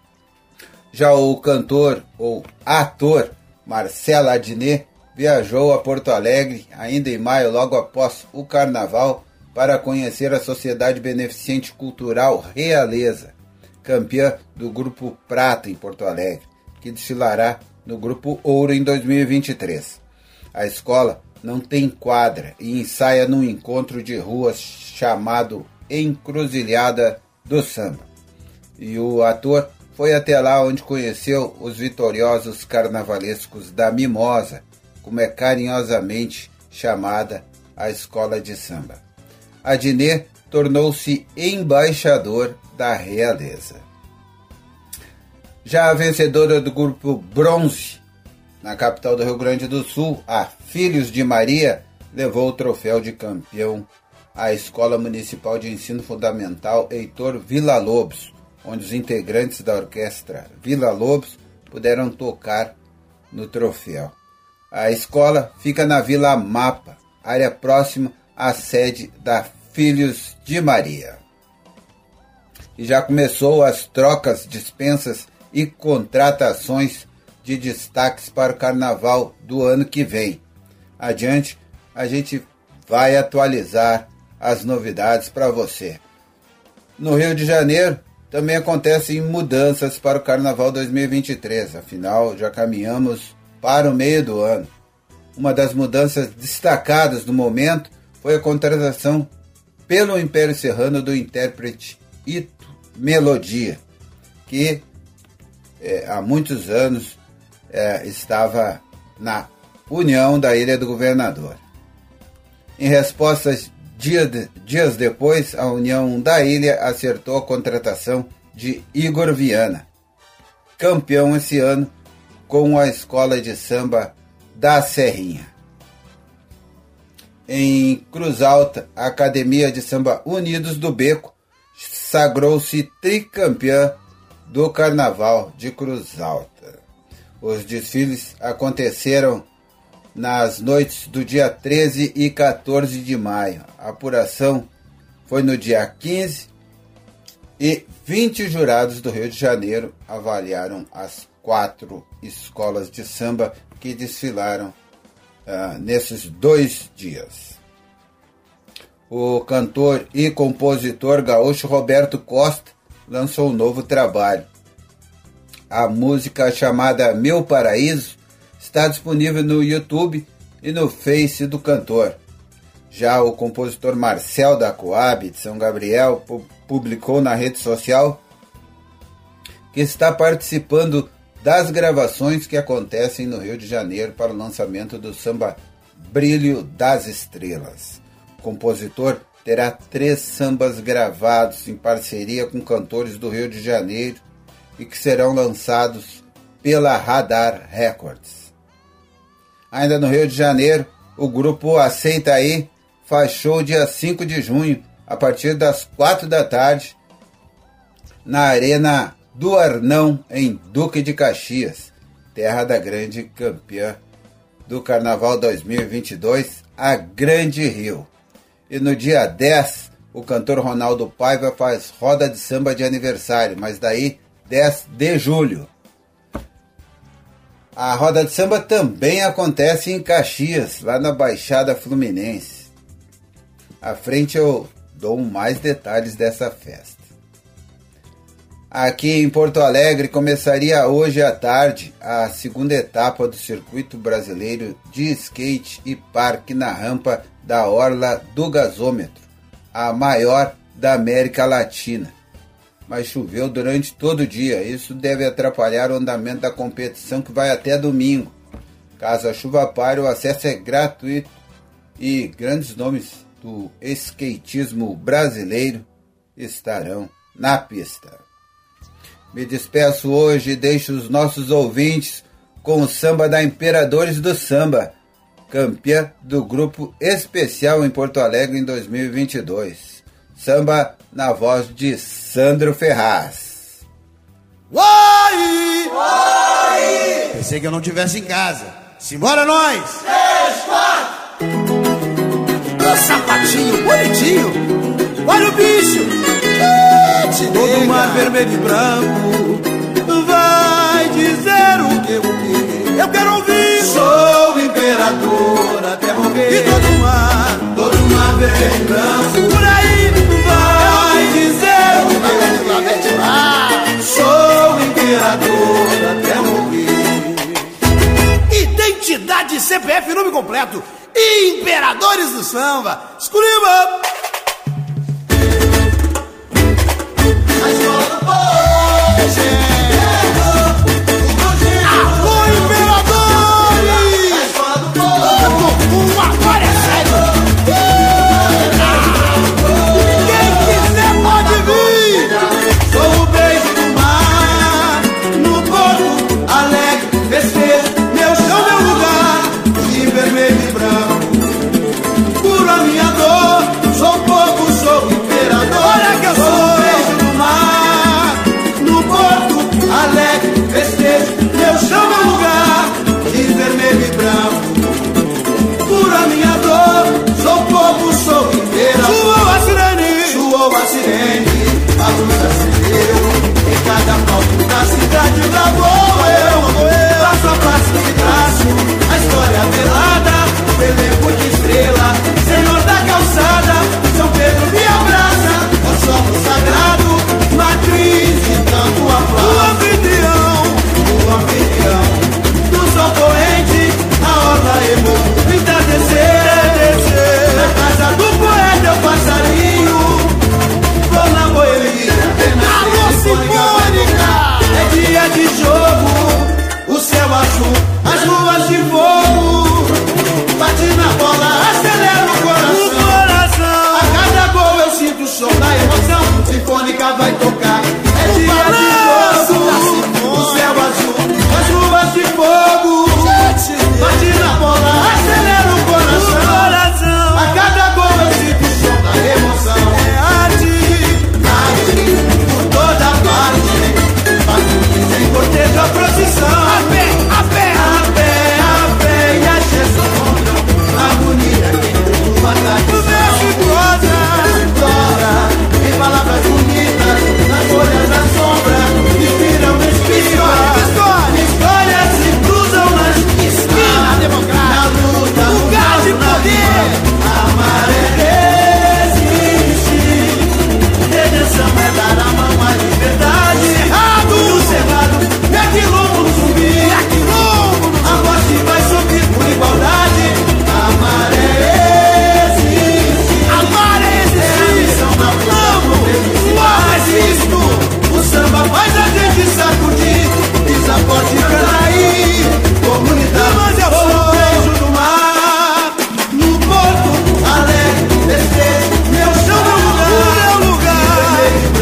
Já o cantor ou ator Marcelo Adnet viajou a Porto Alegre ainda em maio, logo após o Carnaval, para conhecer a Sociedade Beneficente Cultural Realeza, campeã do Grupo Prata em Porto Alegre, que desfilará no Grupo Ouro em 2023. A escola não tem quadra e ensaia num encontro de ruas chamado Encruzilhada do Samba. E o ator foi até lá onde conheceu os vitoriosos carnavalescos da Mimosa, como é carinhosamente chamada a escola de samba. Adnet tornou-se embaixador da realeza. Já a vencedora do grupo bronze, na capital do Rio Grande do Sul, a Filhos de Maria, levou o troféu de campeão à Escola Municipal de Ensino Fundamental Heitor Villa-Lobos, onde os integrantes da orquestra Villa-Lobos puderam tocar no troféu. A escola fica na Vila Mapa, área próxima à sede da Filhos de Maria. E já começou as trocas, dispensas e contratações de destaques para o carnaval do ano que vem. Adiante, a gente vai atualizar as novidades para você. No Rio de Janeiro, também acontecem mudanças para o Carnaval 2023, afinal já caminhamos para o meio do ano. Uma das mudanças destacadas no momento foi a contratação pelo Império Serrano do intérprete Ito Melodia, que há muitos anos estava na União da Ilha do Governador. Em respostas dias depois, a União da Ilha acertou a contratação de Igor Viana, campeão esse ano com a escola de samba da Serrinha. Em Cruz Alta, a Academia de Samba Unidos do Beco sagrou-se tricampeã do Carnaval de Cruz Alta. Os desfiles aconteceram nas noites do dia 13 e 14 de maio. A apuração foi no dia 15 e 20 jurados do Rio de Janeiro avaliaram as 4 escolas de samba que desfilaram nesses 2 dias. O cantor e compositor gaúcho Roberto Costa lançou um novo trabalho. A música chamada Meu Paraíso está disponível no YouTube e no Face do cantor. Já o compositor Marcel da Coab, de São Gabriel, publicou na rede social que está participando das gravações que acontecem no Rio de Janeiro para o lançamento do samba Brilho das Estrelas. O compositor terá 3 sambas gravados em parceria com cantores do Rio de Janeiro e que serão lançados pela Radar Records. Ainda no Rio de Janeiro, o grupo Aceita Aí faz show dia 5 de junho, a partir das 4 da tarde, na Arena do Arnão, em Duque de Caxias, terra da grande campeã do Carnaval 2022, a Grande Rio. E no dia 10, o cantor Ronaldo Paiva faz roda de samba de aniversário, mas daí 10 de julho. A roda de samba também acontece em Caxias, lá na Baixada Fluminense. À frente eu dou mais detalhes dessa festa. Aqui em Porto Alegre começaria hoje à tarde a segunda etapa do Circuito Brasileiro de Skate e Parque na rampa da Orla do Gasômetro, a maior da América Latina. Mas choveu durante todo o dia. Isso deve atrapalhar o andamento da competição, que vai até domingo. Caso a chuva pare, o acesso é gratuito e grandes nomes do skatismo brasileiro estarão na pista. Me despeço hoje e deixo os nossos ouvintes com o samba da Imperadores do Samba, campeã do grupo especial em Porto Alegre em 2022. Samba na voz de Sandro Ferraz. Uai! Uai! Pensei que eu não estivesse em casa. Simbora nós! 3, 4! O sapatinho bonitinho! Olha o bicho! Todo mar vermelho e branco vai dizer o que eu quero. Eu quero ouvir! Sou imperador até morrer. E todo mar vermelho e branco por aí vai dizer o que eu quero. Sou imperador até morrer. Identidade, CPF, nome completo. Imperadores do Samba. Escreva! A escola do povo. Alô, imperadores! A escola do povo. Agora é sério. Ninguém sinfônica vai tocar. É dia de jogo, o céu azul, as luvas de fogo. Bate na bola, acelera o coração. A cada gol eu sinto o som da emoção. É arte, por toda parte. Batuques em cortejo a procissão. A pé, e a chessa rondam. A harmonia que tudo batalha. O verso flora, em palavras bonitas, nas folhas da sombra, inspiram histórias se cruzam nas esquinas, na luta, lugar de poder. A maré resiste, redenção é dar a mão à liberdade. No cerrado, é quilombo no zumbi, a voz que vai subir por igualdade. A maré existe, é a missão da luta por felicidade. O samba faz a gente sacudir, pisa forte pra aí. Comunidade, o beijo do mar, no porto alegre, descer, meu chão, meu lugar.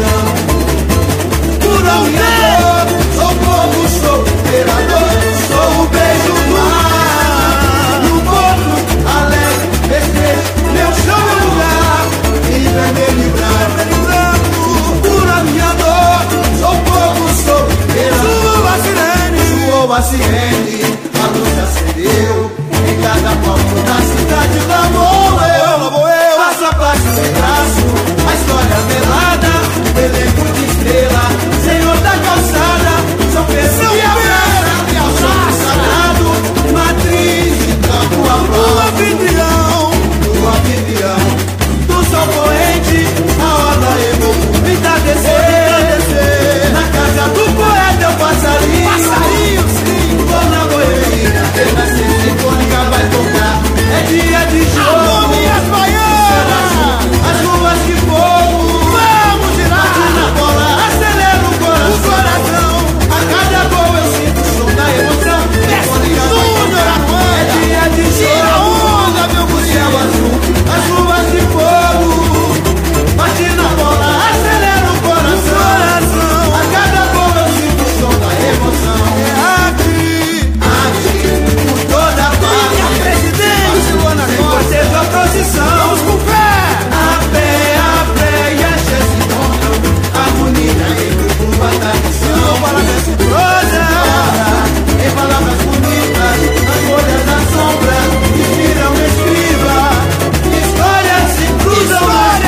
Por amor, sou povo, sou imperador, sou o beijo do mar. No porto alegre, descer, meu chão, meu lugar. Em vermelho e branco, pura minha dor, sou povo, sou imperador. Soou a sirene, a luz acendeu. Em cada palco da cidade lá vou eu. Passo a passo sem traço, a história velada, elenco de estrela, senhor da calçada, São Pedro e abraça, ao chão sagrado, matriz de campo a prova, do anfitrião, do sol poente, a orla evoco, entardecer, na casa do poeta eu passarinho, sim, vou na boemia, a sinfônica vai tocar, é dia de jogo, minhas baianas, as ruas de fogo, vamos girar, bate na bola, acelera o coração, a cada gol eu sinto o som da emoção, sinfônica vai tocar, é dia de jogo, o céu azul, as ruas de fogo, bate na bola, acelera o coração, a cada gol eu sinto o som da emoção, é arte, por toda parte, Barcelona sem cortejo a procissão, vamos com fé, a pé, e a chance se encontram, harmonia entre uma tradição, parabéns e prosa, em palavras bonitas, nas folhas da sombra, inspiram escriba, histórias se cruzam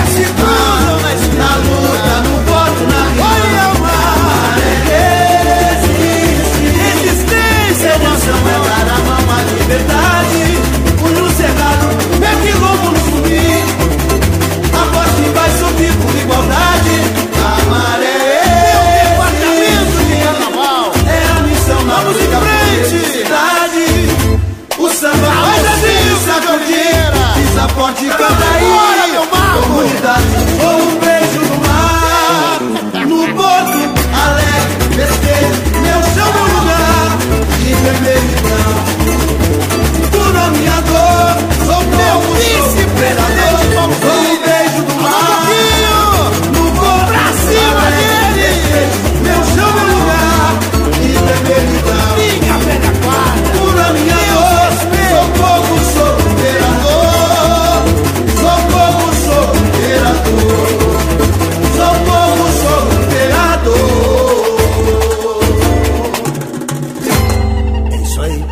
na luta, no voto, na rima, resistência, emoção é dar a mão à liberdade, punho cerrado, meu quilombo no zumbi, a voz que vai subir por igualdade, a maré, meu departamento de carnaval, é a missão na música por felicidade, o samba faz a gente sacudir, pisa forte, canta aí, comunidade, ou um beijo no mar, no porto alegre, besteira, meu chão, meu lugar, de vermelho e branco, pura minha dor, sou povo, sou imperador, sou um beijo do mar, no porto alegre, meu chão, meu lugar, de vermelho e branco, minha velha guarda, pura minha dor, sou povo, sou imperador, sou povo, sou imperador, sou povo, sou imperador. É isso aí.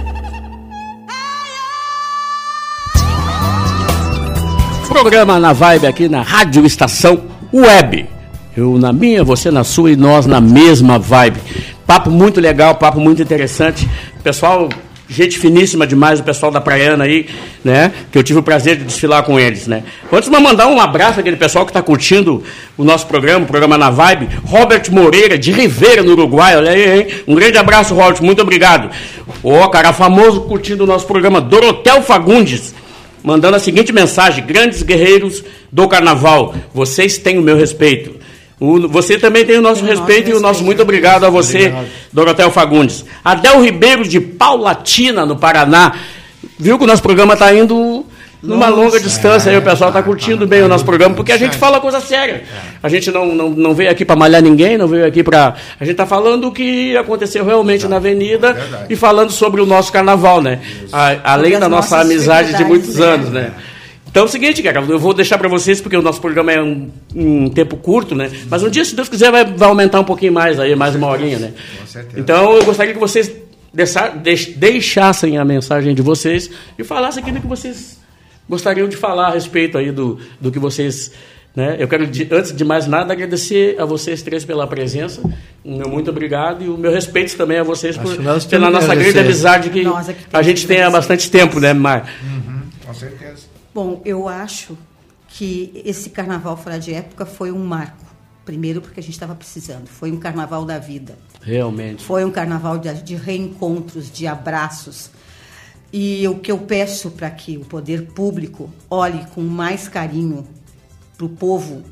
Programa na Vibe aqui na Rádio Estação Web. Eu na minha, você na sua e nós na mesma vibe. Papo muito legal, papo muito interessante. Pessoal, gente finíssima demais, o pessoal da Praiana aí, né? Que eu tive o prazer de desfilar com eles, né? Antes de mandar um abraço àquele pessoal que está curtindo o nosso programa, o programa na Vibe, Robert Moreira, de Ribeira, no Uruguai, olha aí, hein? Um grande abraço, Robert, muito obrigado. Ó, cara famoso curtindo o nosso programa, Dorotel Fagundes, mandando a seguinte mensagem: grandes guerreiros do carnaval, vocês têm o meu respeito. Você também tem o nosso respeito e o nosso muito obrigado a você, Dorotel Fagundes. Adel Ribeiro, de Paulatina, no Paraná, viu que o nosso programa está indo numa longa distância, aí o pessoal está curtindo bem o nosso programa, porque a gente fala coisa séria. A gente não veio aqui para malhar ninguém, não veio aqui para... A gente está falando o que aconteceu realmente na Avenida e falando sobre o nosso carnaval, né? Além da nossa amizade de muitos anos, né? Então é o seguinte, cara, eu vou deixar para vocês, porque o nosso programa é um tempo curto, né? Mas um dia, se Deus quiser, vai aumentar um pouquinho mais, aí, mais uma horinha, né? Com certeza. Então eu gostaria que vocês deixassem a mensagem de vocês e falassem aquilo que vocês gostariam de falar a respeito aí do que vocês... Né? Eu quero, antes de mais nada, agradecer a vocês três pela presença. Meu muito obrigado e o meu respeito também a vocês pela nossa grande amizade que a gente tem há bastante tempo, né, Mar? Com certeza. Bom, eu acho que esse carnaval fora de época foi um marco. Primeiro porque a gente estava precisando. Foi um carnaval da vida. Realmente. Foi um carnaval de reencontros, de abraços. E o que eu peço para que o poder público olhe com mais carinho para o povo.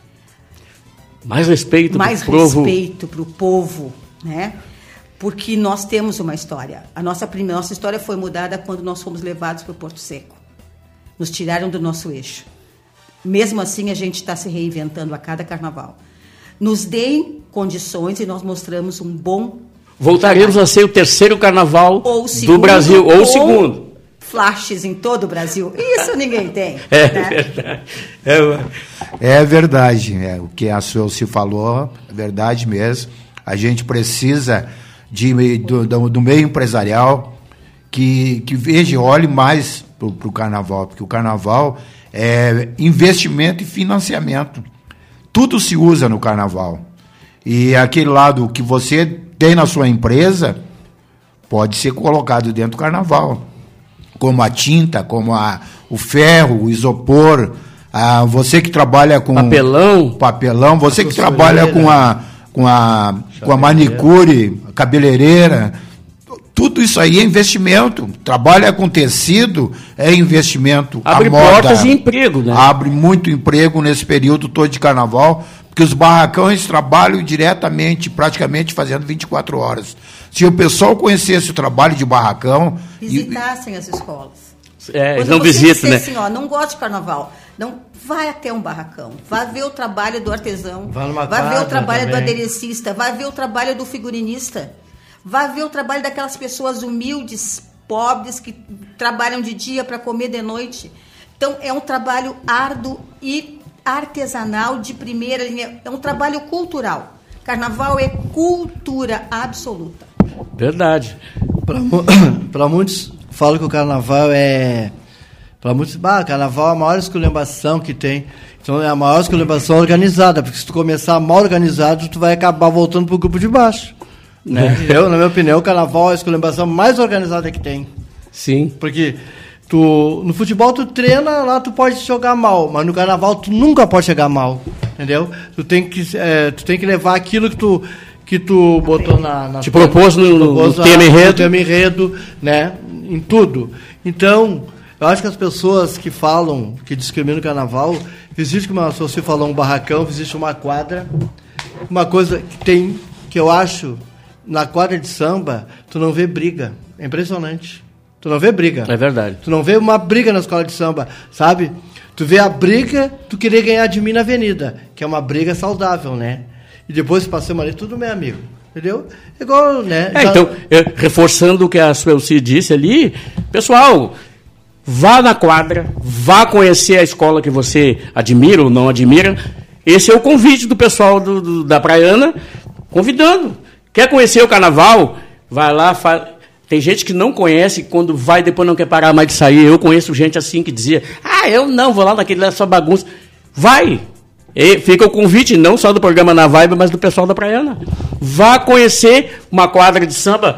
Mais respeito para o povo. Mais respeito para o povo, né? Porque nós temos uma história. A nossa história foi mudada quando nós fomos levados para o Porto Seco. Nos tiraram do nosso eixo. Mesmo assim, a gente está se reinventando a cada carnaval. Nos deem condições e nós mostramos um bom... Voltaremos a ser o terceiro carnaval do Brasil, ou o segundo. Flashes em todo o Brasil. Isso ninguém tem. Verdade. É verdade. O que a Suelci falou, é verdade mesmo. A gente precisa do meio empresarial que veja, olhe mais para o carnaval, porque o carnaval é investimento e financiamento. Tudo se usa no carnaval. E aquele lado que você tem na sua empresa pode ser colocado dentro do carnaval, como a tinta, como o ferro, o isopor, você que trabalha com papelão, você que trabalha com a manicure, a cabeleireira, tudo isso aí é investimento. Trabalha com tecido, é investimento. Abre portas e emprego, né? Abre muito emprego nesse período todo de carnaval, porque os barracões trabalham diretamente, praticamente fazendo 24 horas. Se o pessoal conhecesse o trabalho de barracão... Visitassem as escolas. Eles não visitam, né? Assim, não gosto de carnaval. Não, vai até um barracão. Vai ver o trabalho do artesão. Vai ver o trabalho do aderecista. Vai ver o trabalho do figurinista. Vai ver o trabalho daquelas pessoas humildes, pobres, que trabalham de dia para comer de noite. Então, é um trabalho árduo e artesanal de primeira linha. É um trabalho cultural. Carnaval é cultura absoluta. Verdade. Para muitos, falo que o carnaval é... Para muitos, carnaval é a maior esculhambação que tem. Então, é a maior esculhambação organizada, porque se tu começar mal organizado, tu vai acabar voltando para o grupo de baixo. Né? Na minha opinião, o carnaval é a esculhambação mais organizada que tem. Sim. Porque no futebol tu treina, lá tu pode jogar mal, mas no carnaval tu nunca pode chegar mal, entendeu? Tu tem que levar aquilo que tu botou na te propôs no tema enredo, né? Em tudo. Então, eu acho que as pessoas que falam, que discriminam o carnaval, existe, como a Sophie falou, um barracão, existe uma quadra, uma coisa que eu acho, na quadra de samba, tu não vê briga. É impressionante. Tu não vê briga. É verdade. Tu não vê uma briga na escola de samba, sabe? Tu vê a briga, tu querer ganhar de mim na avenida, que é uma briga saudável, né? E depois passamos ali, tudo meu amigo. Entendeu? Igual, né? Então, reforçando o que a Suelci disse ali, pessoal, vá na quadra, vá conhecer a escola que você admira ou não admira. Esse é o convite do pessoal da Praiana, convidando. Quer conhecer o carnaval? Vai lá, Tem gente que não conhece, quando vai depois não quer parar mais de sair. Eu conheço gente assim que dizia, eu não, vou lá naquele lá, só bagunça. Vai! E fica o convite, não só do programa Na Vibe, mas do pessoal da Praiana. Vá conhecer uma quadra de samba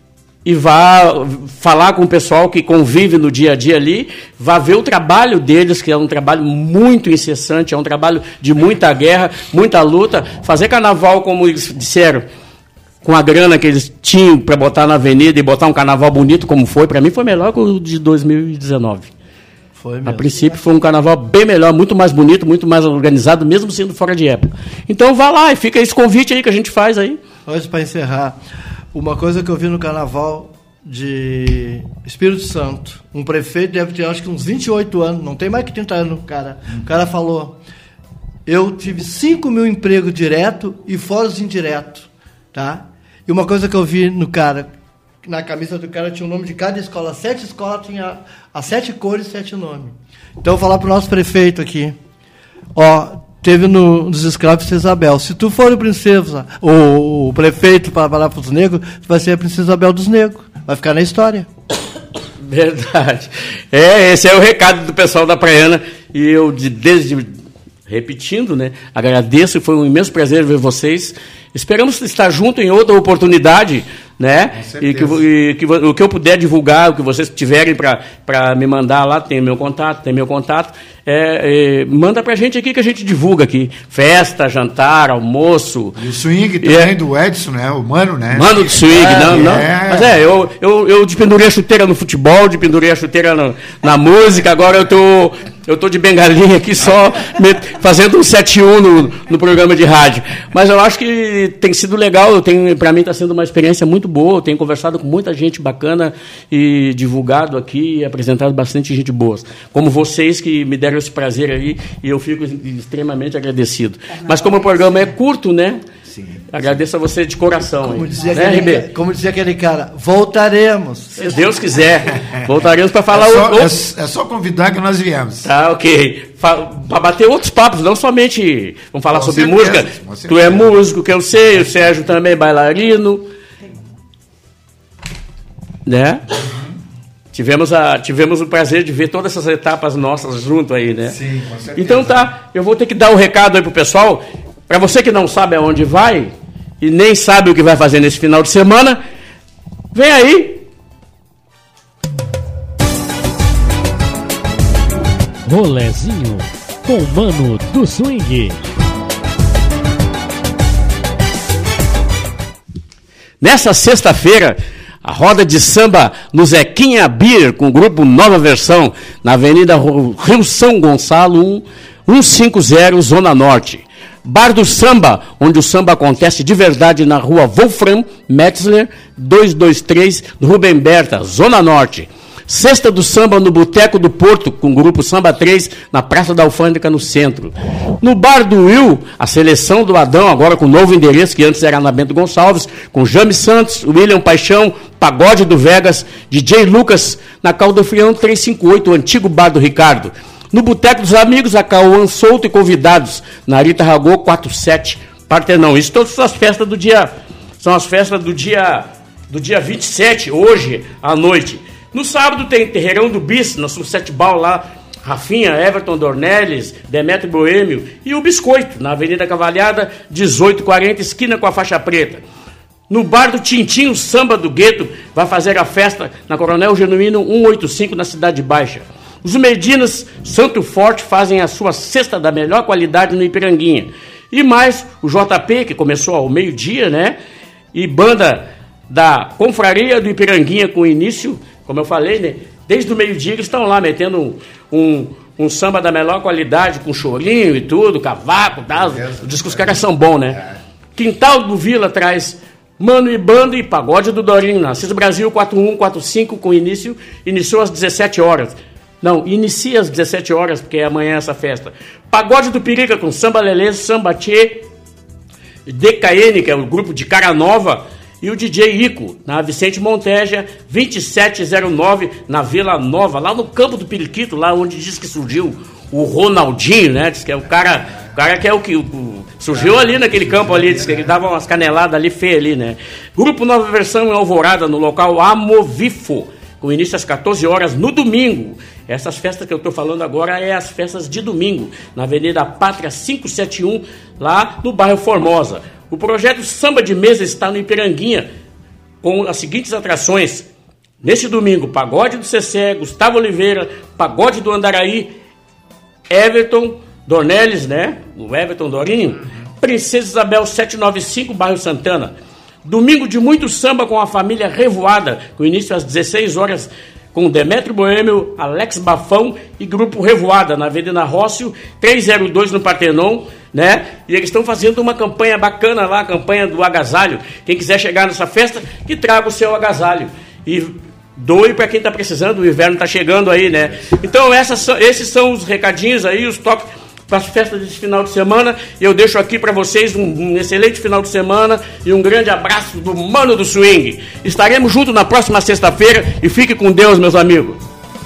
e vá falar com o pessoal que convive no dia a dia ali, vá ver o trabalho deles, que é um trabalho muito incessante, é um trabalho de muita guerra, muita luta. Fazer carnaval, como eles disseram, com a grana que eles tinham para botar na avenida e botar um carnaval bonito como foi, para mim foi melhor que o de 2019. Foi mesmo. A princípio foi um carnaval bem melhor, muito mais bonito, muito mais organizado, mesmo sendo fora de época. Então vá lá e fica esse convite aí que a gente faz aí. Hoje, para encerrar, uma coisa que eu vi no carnaval, de Espírito Santo. Um prefeito deve ter, acho que uns 28 anos, não tem mais que 30 anos, cara. O cara falou, eu tive 5 mil empregos direto e fora os indiretos, tá? E uma coisa que eu vi no cara, na camisa do cara tinha o nome de cada escola, 7 escolas tinha as 7 cores, 7 nomes. Então eu vou falar pro nosso prefeito aqui, teve nos escravos de Isabel. Se tu for o princesa, o prefeito para falar para os negros, tu vai ser a princesa Isabel dos negros. Vai ficar na história. Verdade. Esse é o recado do pessoal da Praiana. E eu, repetindo, né, agradeço, foi um imenso prazer ver vocês. Esperamos estar junto em outra oportunidade, né? E que o que eu puder divulgar, o que vocês tiverem para me mandar lá, tem meu contato, manda pra gente aqui que a gente divulga aqui. Festa, jantar, almoço. E o swing também do Edson, né? O Mano, né? Mano do swing, não. Mas eu dependurei a chuteira no futebol, dependurei a chuteira na música, agora eu tô de bengalinha aqui só fazendo um 7-1 no programa de rádio. Mas eu acho que tem sido legal, para mim está sendo uma experiência muito boa, eu tenho conversado com muita gente bacana e divulgado aqui e apresentado bastante gente boa. Como vocês que me deram esse prazer aí e eu fico extremamente agradecido. Mas como o programa é curto, né? Sim. Agradeço a você de coração. Como dizia aquele cara, voltaremos. Se Deus quiser, voltaremos para falar... É só convidar que nós viemos. Tá, ok. Para bater outros papos, não somente vamos falar sobre música. Tu é músico, que eu sei, o Sérgio também é bailarino. Né? Tivemos o prazer de ver todas essas etapas nossas junto aí, né? Sim, com certeza. Então tá, eu vou ter que dar um recado aí pro pessoal. Para você que não sabe aonde vai e nem sabe o que vai fazer nesse final de semana, vem aí. Rolezinho com o Mano do Swing. Nessa sexta-feira, a roda de samba no Zequinha Beer, com o grupo Nova Versão, na Avenida Rio São Gonçalo, 150, Zona Norte. Bar do Samba, onde o samba acontece de verdade, na rua Wolfram Metzler, 223, Rubem Berta, Zona Norte. Sexta do Samba no Boteco do Porto, com o grupo Samba 3, na Praça da Alfândega, no centro. No Bar do Will, a seleção do Adão, agora com novo endereço, que antes era na Bento Gonçalves, com James Santos, William Paixão, Pagode do Vegas, DJ Lucas, na Caldofrião 358, o antigo Bar do Ricardo. No Boteco dos Amigos, a Cauã Souto e convidados, na Rita Ragô 47, Partenão. Isso todas as festas do dia, são as festas do dia 27, hoje à noite. No sábado tem Terreirão do Bis, na Sunset Ball lá, Rafinha, Everton Dornelles, Demetrio Boêmio e o Biscoito, na Avenida Cavalhada, 1840, esquina com a faixa preta. No Bar do Tintim, o Samba do Gueto vai fazer a festa na Coronel Genuíno 185, na Cidade Baixa. Os Medinas Santo Forte fazem a sua cesta da melhor qualidade no Ipiranguinha. E mais o JP, que começou ao meio-dia, né? E banda da Confraria do Ipiranguinha, com início, como eu falei, né? Desde o meio-dia eles estão lá metendo um samba da melhor qualidade, com chorinho e tudo, cavaco, tá? Diz que os caras são bons, né? Quintal do Vila traz Mano e Banda e Pagode do Dorinho, na Assis Brasil 4145, com iniciou às 17 horas. Não, inicia às 17 horas, porque amanhã é essa festa. Pagode do Perica, com Samba Lelê, Samba Tchê, DKN, que é o grupo de Cara Nova, e o DJ Ico, na Vicente Monteja, 2709, na Vila Nova, lá no campo do Periquito, lá onde diz que surgiu o Ronaldinho, né? Diz que é o cara que é o que surgiu ali naquele campo ali, diz que ele dava umas caneladas ali feias ali, né? Grupo Nova Versão em Alvorada, no local Amovifo, com início às 14 horas no domingo. Essas festas que eu estou falando agora é as festas de domingo, na Avenida Pátria 571, lá no bairro Formosa. O projeto Samba de Mesa está no Ipiranguinha, com as seguintes atrações. Neste domingo, Pagode do Cessé, Gustavo Oliveira, Pagode do Andaraí, Everton Dornelles, né? O Everton Dorinho, Princesa Isabel 795, bairro Santana. Domingo de muito samba com a família Revoada, com início às 16 horas, com Demetrio Boêmio, Alex Bafão e Grupo Revoada, na Avenida Rócio, 302 no Partenon, né? E eles estão fazendo uma campanha bacana lá, a campanha do agasalho. Quem quiser chegar nessa festa, que traga o seu agasalho. e doe para quem está precisando, o inverno está chegando aí, né? Então esses são os recadinhos aí, os toques para as festas desse final de semana. E eu deixo aqui para vocês um excelente final de semana e um grande abraço do Mano do Swing. Estaremos juntos na próxima sexta-feira e fique com Deus, meus amigos.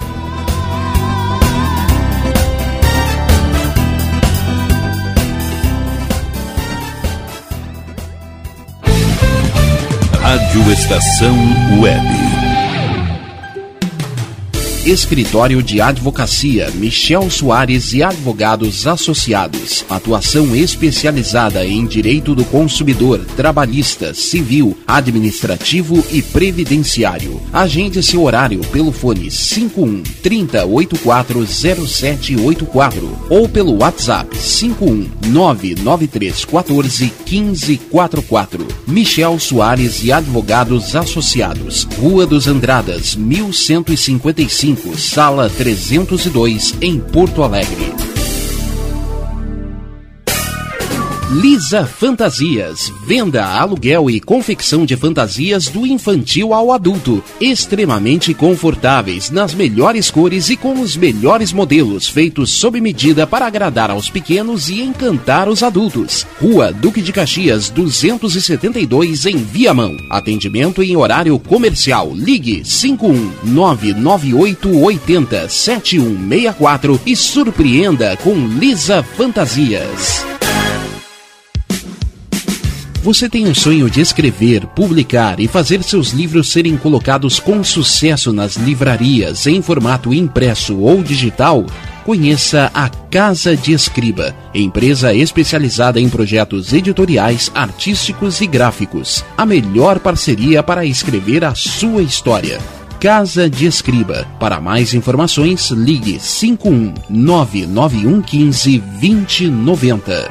Rádio Estação Web. Escritório de Advocacia Michel Soares e Advogados Associados. Atuação especializada em direito do consumidor, trabalhista, civil, administrativo e previdenciário. Agende seu horário pelo fone 51 3084 0784 ou pelo WhatsApp 51 99314 1544. Michel Soares e Advogados Associados. Rua dos Andradas, 1155. Sala 302, em Porto Alegre. Lisa Fantasias, venda, aluguel e confecção de fantasias do infantil ao adulto, extremamente confortáveis, nas melhores cores e com os melhores modelos, feitos sob medida para agradar aos pequenos e encantar os adultos. Rua Duque de Caxias, 272, em Viamão. Atendimento em horário comercial. Ligue 51998807164 e surpreenda com Lisa Fantasias. Você tem um sonho de escrever, publicar e fazer seus livros serem colocados com sucesso nas livrarias em formato impresso ou digital? Conheça a Casa de Escriba, empresa especializada em projetos editoriais, artísticos e gráficos. A melhor parceria para escrever a sua história. Casa de Escriba. Para mais informações, ligue 51 99115 2090.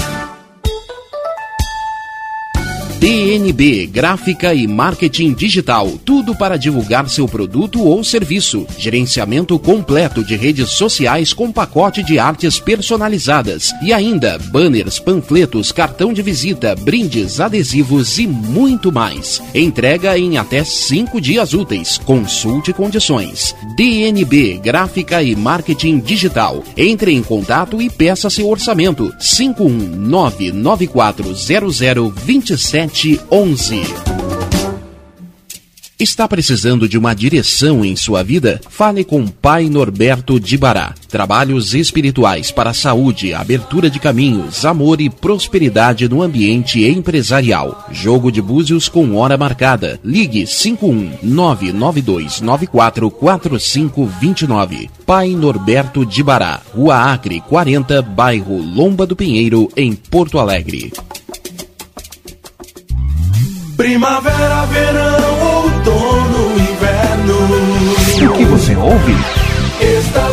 DNB, Gráfica e Marketing Digital, tudo para divulgar seu produto ou serviço. Gerenciamento completo de redes sociais com pacote de artes personalizadas. E ainda, banners, panfletos, cartão de visita, brindes, adesivos e muito mais. Entrega em até 5 dias úteis. Consulte condições. DNB, Gráfica e Marketing Digital. Entre em contato e peça seu orçamento. 51994002711. Está precisando de uma direção em sua vida? Fale com Pai Norberto de Bará. Trabalhos espirituais para a saúde, abertura de caminhos, amor e prosperidade no ambiente empresarial. Jogo de búzios com hora marcada. Ligue 51 992944529. Pai Norberto de Bará, Rua Acre 40, bairro Lomba do Pinheiro, em Porto Alegre. Primavera, verão, outono, inverno. O que você ouve?